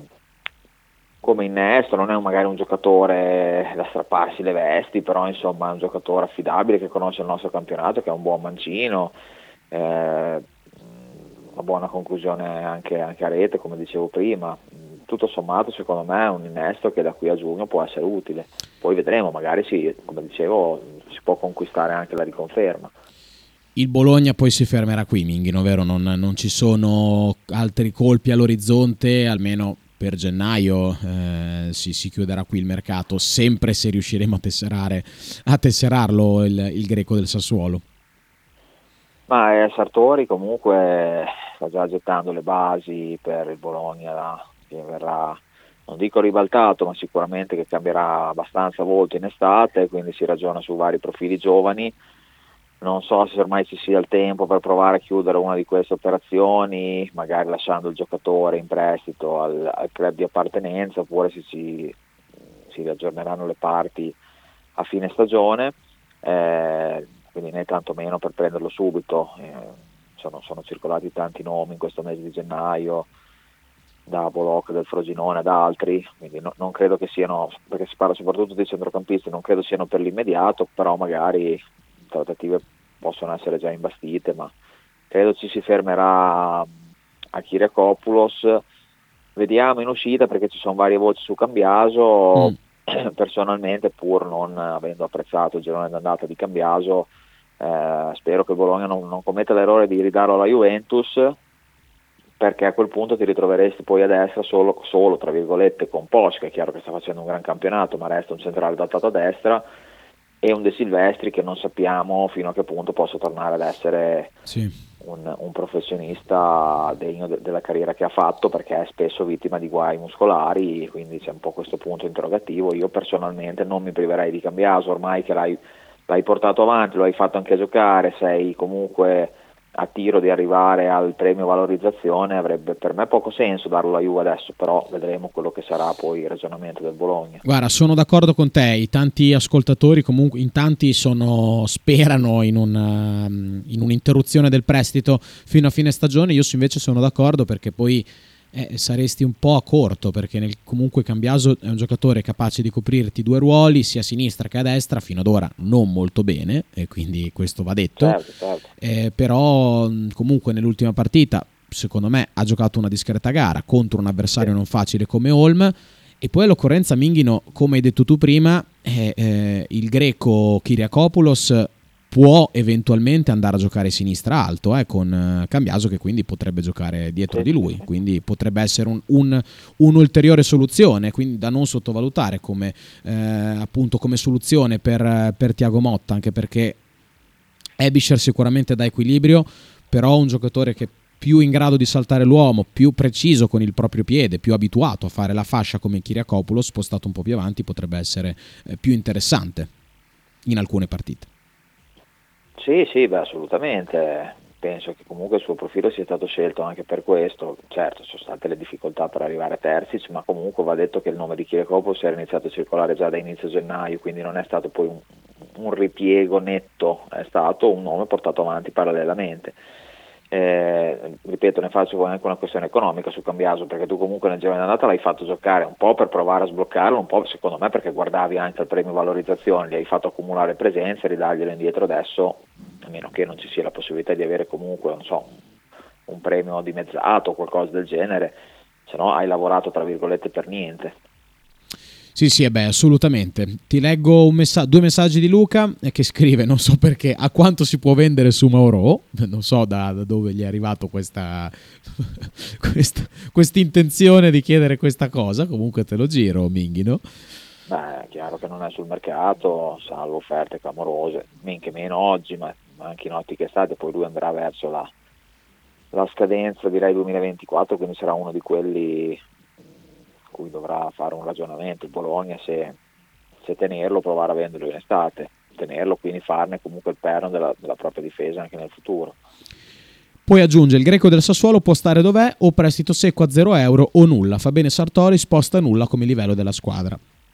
come innesto. Non è magari un giocatore da strapparsi le vesti, però insomma è un giocatore affidabile che conosce il nostro campionato, che è un buon mancino, una buona conclusione anche a rete come dicevo prima. Tutto sommato secondo me è un innesto che da qui a giugno può essere utile, poi vedremo, magari come dicevo si può conquistare anche la riconferma. Il Bologna poi si fermerà qui, Minghino, vero? Non ci sono altri colpi all'orizzonte, almeno per gennaio si chiuderà qui il mercato, sempre se riusciremo a tesserarlo il greco del Sassuolo. Ma Sartori comunque sta già gettando le basi per il Bologna che verrà, non dico ribaltato, ma sicuramente che cambierà abbastanza volto in estate, quindi si ragiona su vari profili giovani. Non so se ormai ci sia il tempo per provare a chiudere una di queste operazioni, magari lasciando il giocatore in prestito al club di appartenenza, oppure se si riaggiorneranno le parti a fine stagione, quindi né tantomeno per prenderlo subito. Sono circolati tanti nomi in questo mese di gennaio, da Bolocco, del Frosinone ad altri, quindi non credo che siano, perché si parla soprattutto dei centrocampisti, non credo siano per l'immediato, però magari trattative possono essere già imbastite, ma credo ci si fermerà a Kyriakopoulos. Vediamo in uscita, perché ci sono varie voci su Cambiaso. Personalmente, pur non avendo apprezzato il girone d'andata di Cambiaso, spero che il Bologna non commetta l'errore di ridarlo alla Juventus, perché a quel punto ti ritroveresti poi a destra solo tra virgolette con Posch, che è chiaro che sta facendo un gran campionato, ma resta un centrale adattato a destra, e un De Silvestri che non sappiamo fino a che punto possa tornare ad essere un professionista degno della carriera che ha fatto, perché è spesso vittima di guai muscolari, quindi c'è un po' questo punto interrogativo. Io personalmente non mi priverei di Cambiaso, ormai che l'hai portato avanti, lo hai fatto anche giocare, sei comunque a tiro di arrivare al premio valorizzazione, avrebbe per me poco senso darlo alla Juve adesso, però vedremo quello che sarà poi il ragionamento del Bologna. Guarda, sono d'accordo con te, i tanti ascoltatori comunque in tanti sperano in un'interruzione del prestito fino a fine stagione. Io invece sono d'accordo, perché poi saresti un po' a corto, perché comunque Cambiaso è un giocatore capace di coprirti due ruoli sia a sinistra che a destra, fino ad ora non molto bene, e quindi questo va detto. Certo. Però comunque nell'ultima partita secondo me ha giocato una discreta gara contro un avversario non facile come Olm. E poi l'occorrenza, Minghino, come hai detto tu prima, il greco Kyriakopoulos può eventualmente andare a giocare sinistra alto con Cambiaso, che quindi potrebbe giocare dietro di lui, quindi potrebbe essere un'ulteriore soluzione, quindi da non sottovalutare come appunto come soluzione per Thiago Motta, anche perché Ebischer sicuramente dà equilibrio, però un giocatore che è più in grado di saltare l'uomo, più preciso con il proprio piede, più abituato a fare la fascia come Kyriakopoulos, spostato un po' più avanti, potrebbe essere più interessante in alcune partite. Sì, assolutamente. Penso che comunque il suo profilo sia stato scelto anche per questo. Certo, sono state le difficoltà per arrivare a Terzic, ma comunque va detto che il nome di Kyriakopoulos era iniziato a circolare già da inizio gennaio, quindi non è stato poi un ripiego netto, è stato un nome portato avanti parallelamente. ripeto, ne faccio anche una questione economica su Cambiaso, perché tu comunque nel girone d'andata l'hai fatto giocare un po' per provare a sbloccarlo, un po' secondo me perché guardavi anche al premio valorizzazione, gli hai fatto accumulare presenze, ridarglielo indietro adesso, a meno che non ci sia la possibilità di avere comunque, non so, un premio dimezzato o qualcosa del genere, se no hai lavorato tra virgolette per niente. Sì, assolutamente. Ti leggo due messaggi di Luca che scrive, non so perché, a quanto si può vendere su Mauro, non so da dove gli è arrivato questa intenzione di chiedere questa cosa, comunque te lo giro, Minghino. Beh, è chiaro che non è sul mercato, salvo offerte clamorose, men che meno oggi, ma anche in ottica estate, poi lui andrà verso la scadenza, direi 2024, quindi sarà uno di quelli cui dovrà fare un ragionamento il Bologna se tenerlo, provare a venderlo in estate, tenerlo, quindi farne comunque il perno della propria difesa anche nel futuro. Poi aggiunge: il greco del Sassuolo può stare dov'è, o prestito secco a €0 o nulla. Fa bene Sartori, sposta nulla come livello della squadra.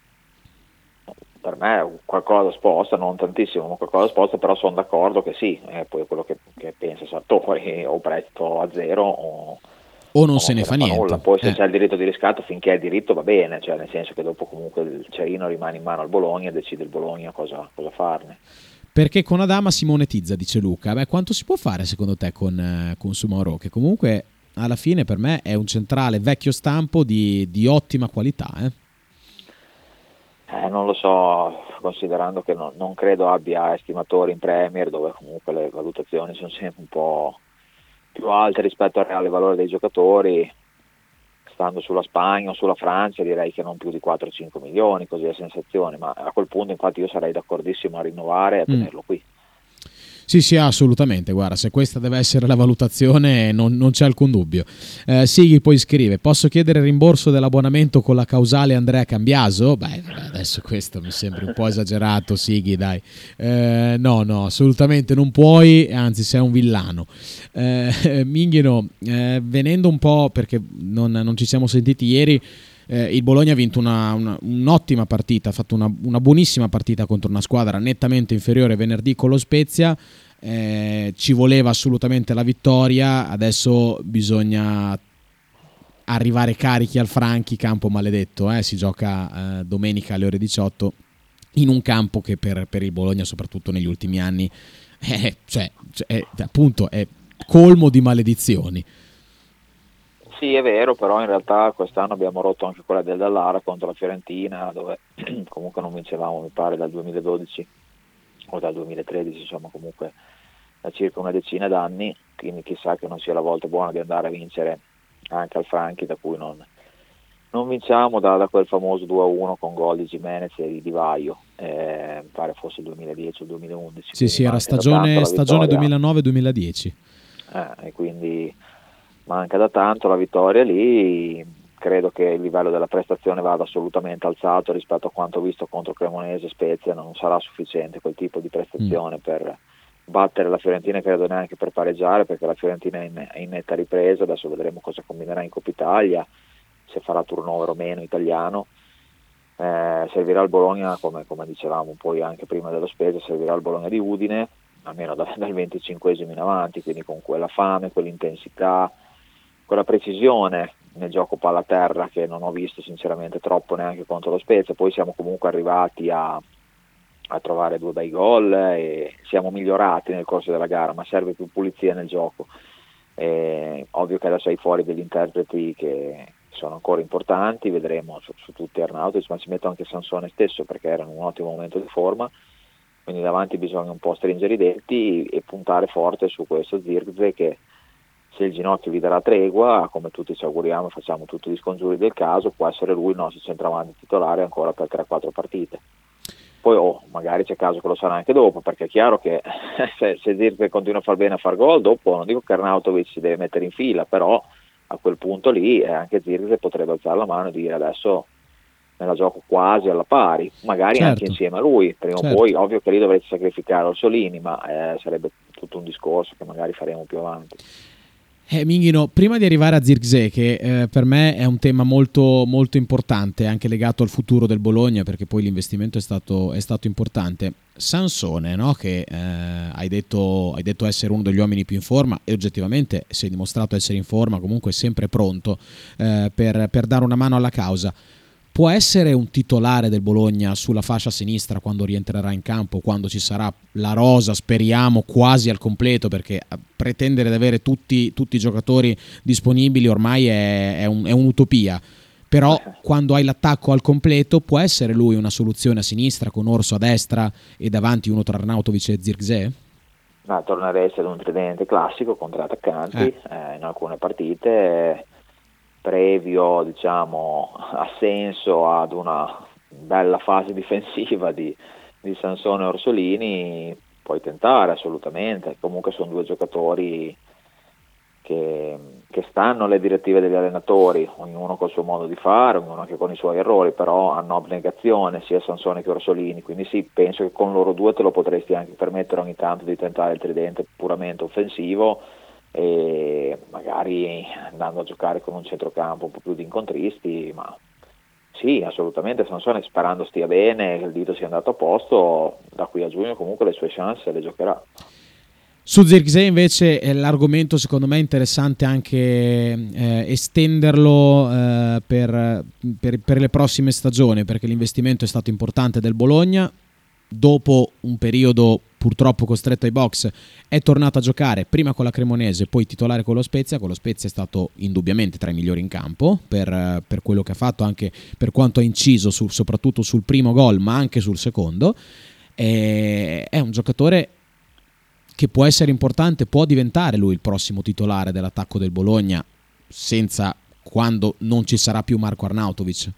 Per me qualcosa sposta, non tantissimo, ma qualcosa sposta, però sono d'accordo che sì, poi quello che pensa Sartori, o prestito a 0 o non se ne fa niente. Nulla. Poi se c'è il diritto di riscatto, finché è diritto va bene, cioè nel senso che dopo comunque il cerino rimane in mano al Bologna e decide il Bologna cosa farne. Perché con Adama si monetizza, dice Luca. Beh, quanto si può fare secondo te con Sumaro, che comunque alla fine per me è un centrale vecchio stampo di ottima qualità, Non lo so, considerando che non credo abbia estimatori in Premier, dove comunque le valutazioni sono sempre un po' più alte rispetto al reale valore dei giocatori. Stando sulla Spagna o sulla Francia direi che non più di 4-5 milioni, così è sensazione, ma a quel punto infatti io sarei d'accordissimo a rinnovare e a tenerlo qui. Sì, assolutamente, guarda, se questa deve essere la valutazione non c'è alcun dubbio. Sighi poi scrive: posso chiedere il rimborso dell'abbonamento con la causale Andrea Cambiaso? Beh, adesso questo mi sembra un po' esagerato, Sighi, dai. No, assolutamente non puoi, anzi sei un villano. Minghino, venendo un po', perché non ci siamo sentiti ieri, il Bologna ha vinto un'ottima partita, ha fatto una buonissima partita contro una squadra nettamente inferiore venerdì con lo Spezia. Ci voleva assolutamente la vittoria, adesso bisogna arrivare carichi al Franchi, campo maledetto, si gioca domenica alle ore 18 in un campo che per il Bologna, soprattutto negli ultimi anni, appunto è colmo di maledizioni. Sì, è vero, però in realtà quest'anno abbiamo rotto anche quella del Dallara contro la Fiorentina, dove comunque non vincevamo, mi pare, dal 2012 o dal 2013, insomma comunque da circa una decina d'anni, quindi chissà che non sia la volta buona di andare a vincere anche al Franchi, da cui non vinciamo da quel famoso 2-1 con gol di Gimenez e di Di Vaio, mi pare fosse il 2010 o il 2011. Sì, era stagione 2009-2010. E quindi manca da tanto la vittoria lì. Credo che il livello della prestazione vada assolutamente alzato rispetto a quanto visto contro Cremonese e Spezia. Non sarà sufficiente quel tipo di prestazione per battere la Fiorentina, credo neanche per pareggiare, perché la Fiorentina è in netta ripresa. Adesso vedremo cosa combinerà in Coppa Italia, se farà turnover o meno italiano. Servirà al Bologna, come dicevamo poi anche prima dello Spezia, servirà al Bologna di Udine, almeno dal 25esimo in avanti, quindi con quella fame, quell'intensità, quella precisione nel gioco palla a terra che non ho visto sinceramente troppo neanche contro lo Spezia. Poi siamo comunque arrivati a trovare 2 bei gol e siamo migliorati nel corso della gara, ma serve più pulizia nel gioco. Ovvio che adesso hai fuori degli interpreti che sono ancora importanti, vedremo su tutti Arnautovic, ma ci metto anche Sansone stesso perché era in un ottimo momento di forma, quindi davanti bisogna un po' stringere i denti e puntare forte su questo Zirkzee, che se il ginocchio vi darà tregua, come tutti ci auguriamo, facciamo tutti gli scongiuri del caso, può essere lui il nostro centravanti titolare ancora per 3-4 partite. Poi magari c'è caso che lo sarà anche dopo, perché è chiaro che se Zirkzee continua a far bene a far gol, dopo non dico che Arnautovic si deve mettere in fila, però a quel punto lì anche Zirkzee potrebbe alzare la mano e dire adesso me la gioco quasi alla pari, magari anche insieme a lui, prima o poi. Ovvio che lì dovrete sacrificare Orsolini, ma sarebbe tutto un discorso che magari faremo più avanti. Minghino, prima di arrivare a Zirkzee, che per me è un tema molto, molto importante, anche legato al futuro del Bologna, perché poi l'investimento è stato importante. Sansone, no? Che hai detto essere uno degli uomini più in forma, e oggettivamente si è dimostrato essere in forma, comunque sempre pronto per dare una mano alla causa. Può essere un titolare del Bologna sulla fascia sinistra quando rientrerà in campo, quando ci sarà la rosa, speriamo, quasi al completo, perché pretendere di avere tutti i giocatori disponibili ormai è un'utopia. Però quando hai l'attacco al completo può essere lui una soluzione a sinistra, con Orso a destra e davanti uno tra Arnautovic e Zirkzee? Ma tornerà a essere un tridente classico con 3 attaccanti in alcune partite, previo, diciamo, assenso ad una bella fase difensiva di Sansone e Orsolini, puoi tentare assolutamente. Comunque sono 2 giocatori che stanno alle direttive degli allenatori, ognuno col suo modo di fare, ognuno anche con i suoi errori, però hanno abnegazione sia Sansone che Orsolini, quindi sì, penso che con loro 2 te lo potresti anche permettere ogni tanto di tentare il tridente puramente offensivo, e magari andando a giocare con un centrocampo un po' più di incontristi. Ma sì, assolutamente Sansone, sperando stia bene, che il dito sia andato a posto, da qui a giugno comunque le sue chance le giocherà. Su Zirkzee invece l'argomento secondo me è interessante anche estenderlo per le prossime stagioni, perché l'investimento è stato importante del Bologna. Dopo un periodo purtroppo costretto ai box è tornato a giocare prima con la Cremonese, poi titolare con lo Spezia. Con lo Spezia è stato indubbiamente tra i migliori in campo per quello che ha fatto, anche per quanto ha inciso soprattutto sul primo gol, ma anche sul secondo. È un giocatore che può essere importante, può diventare lui il prossimo titolare dell'attacco del Bologna, quando non ci sarà più Marko Arnautovic.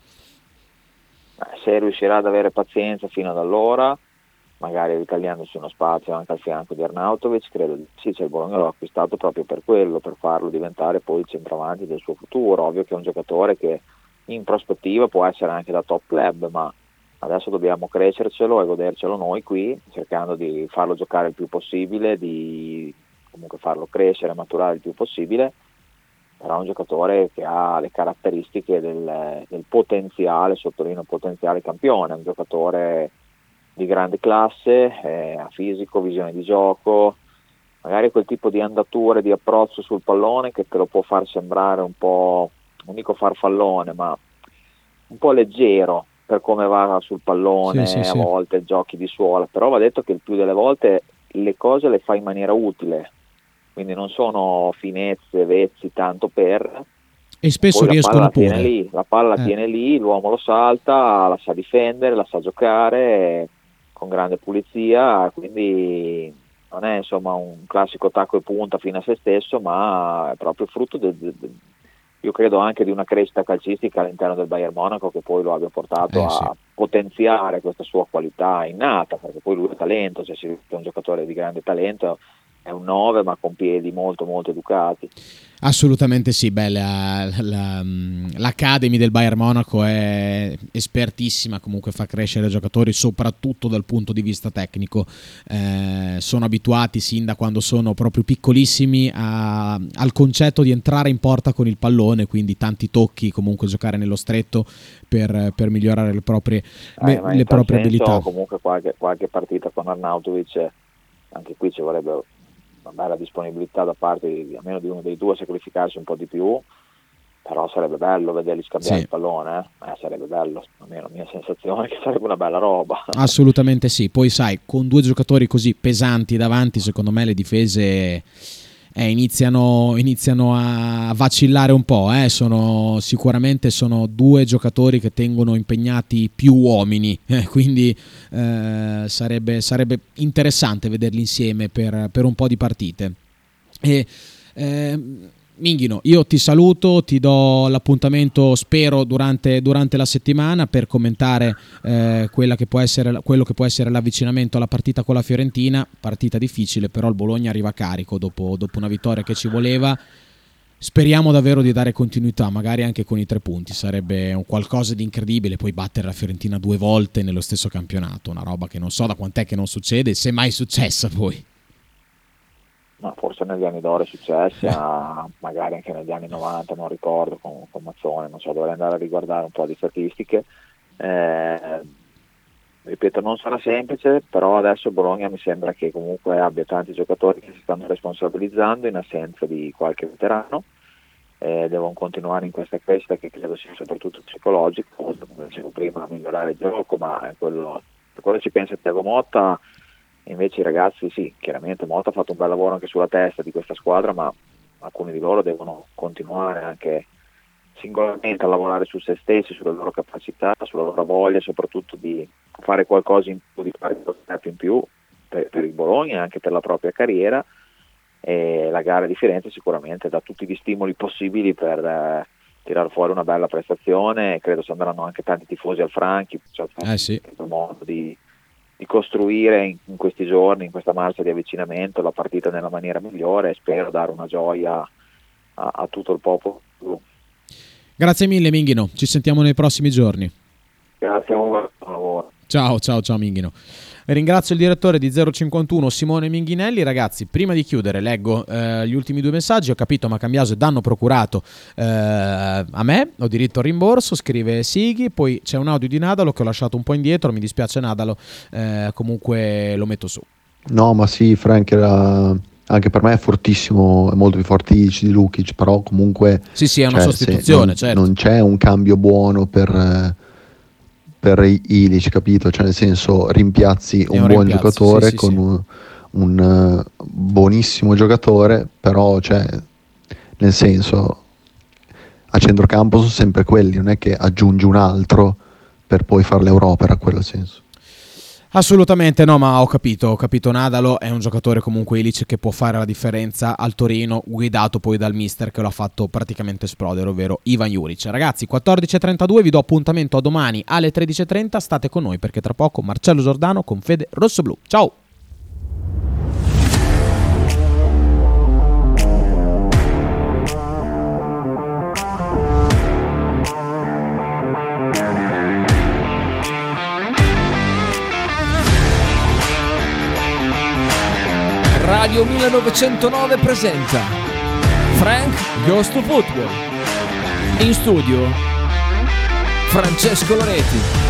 Se riuscirà ad avere pazienza fino ad allora, magari ritagliandosi uno spazio anche al fianco di Arnautovic, credo di sì. Il Bologna l'ha acquistato proprio per quello, per farlo diventare poi il centravanti del suo futuro. Ovvio che è un giocatore che in prospettiva può essere anche da top club, ma adesso dobbiamo crescercelo e godercelo noi qui, cercando di farlo giocare il più possibile, di comunque farlo crescere e maturare il più possibile. Però è un giocatore che ha le caratteristiche del potenziale, sottolineo potenziale campione, è un giocatore di grande classe, ha fisico, visione di gioco, magari quel tipo di andature, di approccio sul pallone che te lo può far sembrare un po', non dico farfallone, ma un po' leggero per come va sul pallone, sì. volte giochi di suola, però va detto che il più delle volte le cose le fa in maniera utile, quindi non sono finezze, vezzi tanto per, e spesso poi riescono pure. La palla la tiene lì, l'uomo lo salta, la sa difendere, la sa giocare con grande pulizia, quindi non è insomma un classico tacco e punta fino a se stesso, ma è proprio frutto io credo anche di una crescita calcistica all'interno del Bayern Monaco, che poi lo abbia portato a potenziare questa sua qualità innata, perché poi lui è talento, cioè è un giocatore di grande talento, è un 9 ma con piedi molto molto educati. Assolutamente sì, l'Academy del Bayern Monaco è espertissima, comunque fa crescere i giocatori soprattutto dal punto di vista tecnico. Sono abituati sin da quando sono proprio piccolissimi al concetto di entrare in porta con il pallone, quindi tanti tocchi, comunque giocare nello stretto per migliorare le proprie abilità. Comunque qualche partita con Arnautovic, anche qui ci vorrebbe una bella disponibilità da parte almeno di uno dei due a sacrificarsi un po' di più, però sarebbe bello vederli scambiare il pallone, sarebbe bello, almeno la mia sensazione è che sarebbe una bella roba. Assolutamente sì, poi sai, con 2 giocatori così pesanti davanti, secondo me le difese iniziano a vacillare un po', sicuramente sono 2 giocatori che tengono impegnati più uomini, quindi sarebbe interessante vederli insieme per un po' di partite. Minghino, io ti saluto, ti do l'appuntamento, spero durante la settimana, per commentare quello che può essere l'avvicinamento alla partita con la Fiorentina. Partita difficile, però il Bologna arriva carico dopo una vittoria che ci voleva. Speriamo davvero di dare continuità, magari anche con i 3 punti, sarebbe un qualcosa di incredibile. Poi battere la Fiorentina 2 volte nello stesso campionato, una roba che non so da quant'è che non succede, se mai successa poi. Ma forse forse negli anni d'oro è successa, magari anche negli anni 90, non ricordo, con Mazzone, non so, dovrei andare a riguardare un po' di statistiche. Ripeto, non sarà semplice, però adesso Bologna mi sembra che comunque abbia tanti giocatori che si stanno responsabilizzando in assenza di qualche veterano. Devono continuare in questa crescita che credo sia soprattutto psicologico, come dicevo prima, migliorare il gioco, ma quello ci pensa Thiago Motta. Invece i ragazzi, sì, chiaramente Motta ha fatto un bel lavoro anche sulla testa di questa squadra, ma alcuni di loro devono continuare anche singolarmente a lavorare su se stessi, sulle loro capacità, sulla loro voglia, soprattutto di fare qualcosa in più, di fare uno step in più per il Bologna e anche per la propria carriera. E la gara di Firenze sicuramente dà tutti gli stimoli possibili per tirare fuori una bella prestazione. Credo ci andranno anche tanti tifosi al Franchi, sì. un modo di costruire in questi giorni, in questa marcia di avvicinamento, la partita nella maniera migliore, e spero dare una gioia a tutto il popolo. Grazie mille Minghino, ci sentiamo nei prossimi giorni. Grazie a voi, buon lavoro. Ciao Minghino. Ringrazio il direttore di 051 Simone Minghinelli. Ragazzi, prima di chiudere leggo gli ultimi 2 messaggi. Ho capito, ma Cambiaso è danno procurato a me, ho diritto al rimborso, scrive Sighi. Poi c'è un audio di Nadalo che ho lasciato un po' indietro, mi dispiace Nadalo, comunque lo metto su. No, ma sì, Frank era... anche per me è fortissimo, è molto più forte di Lukic, però comunque sì, è una sostituzione, certo. Non c'è un cambio buono per Ilic, capito? Cioè, nel senso, rimpiazzi un buon giocatore con un buonissimo giocatore, però, cioè, nel senso, a centrocampo sono sempre quelli, non è che aggiungi un altro per poi fare l'Europa, era quello il senso. Assolutamente no, ma ho capito Nadalo è un giocatore comunque Ilic che può fare la differenza al Torino, guidato poi dal mister che lo ha fatto praticamente esplodere, ovvero Ivan Juric. Ragazzi, 14.32, vi do appuntamento a domani alle 13.30, state con noi perché tra poco Marcello Giordano con Fede Rossoblu. Ciao! Radio 1909 presenta Frank Goes to Football. In studio Francesco Loreti.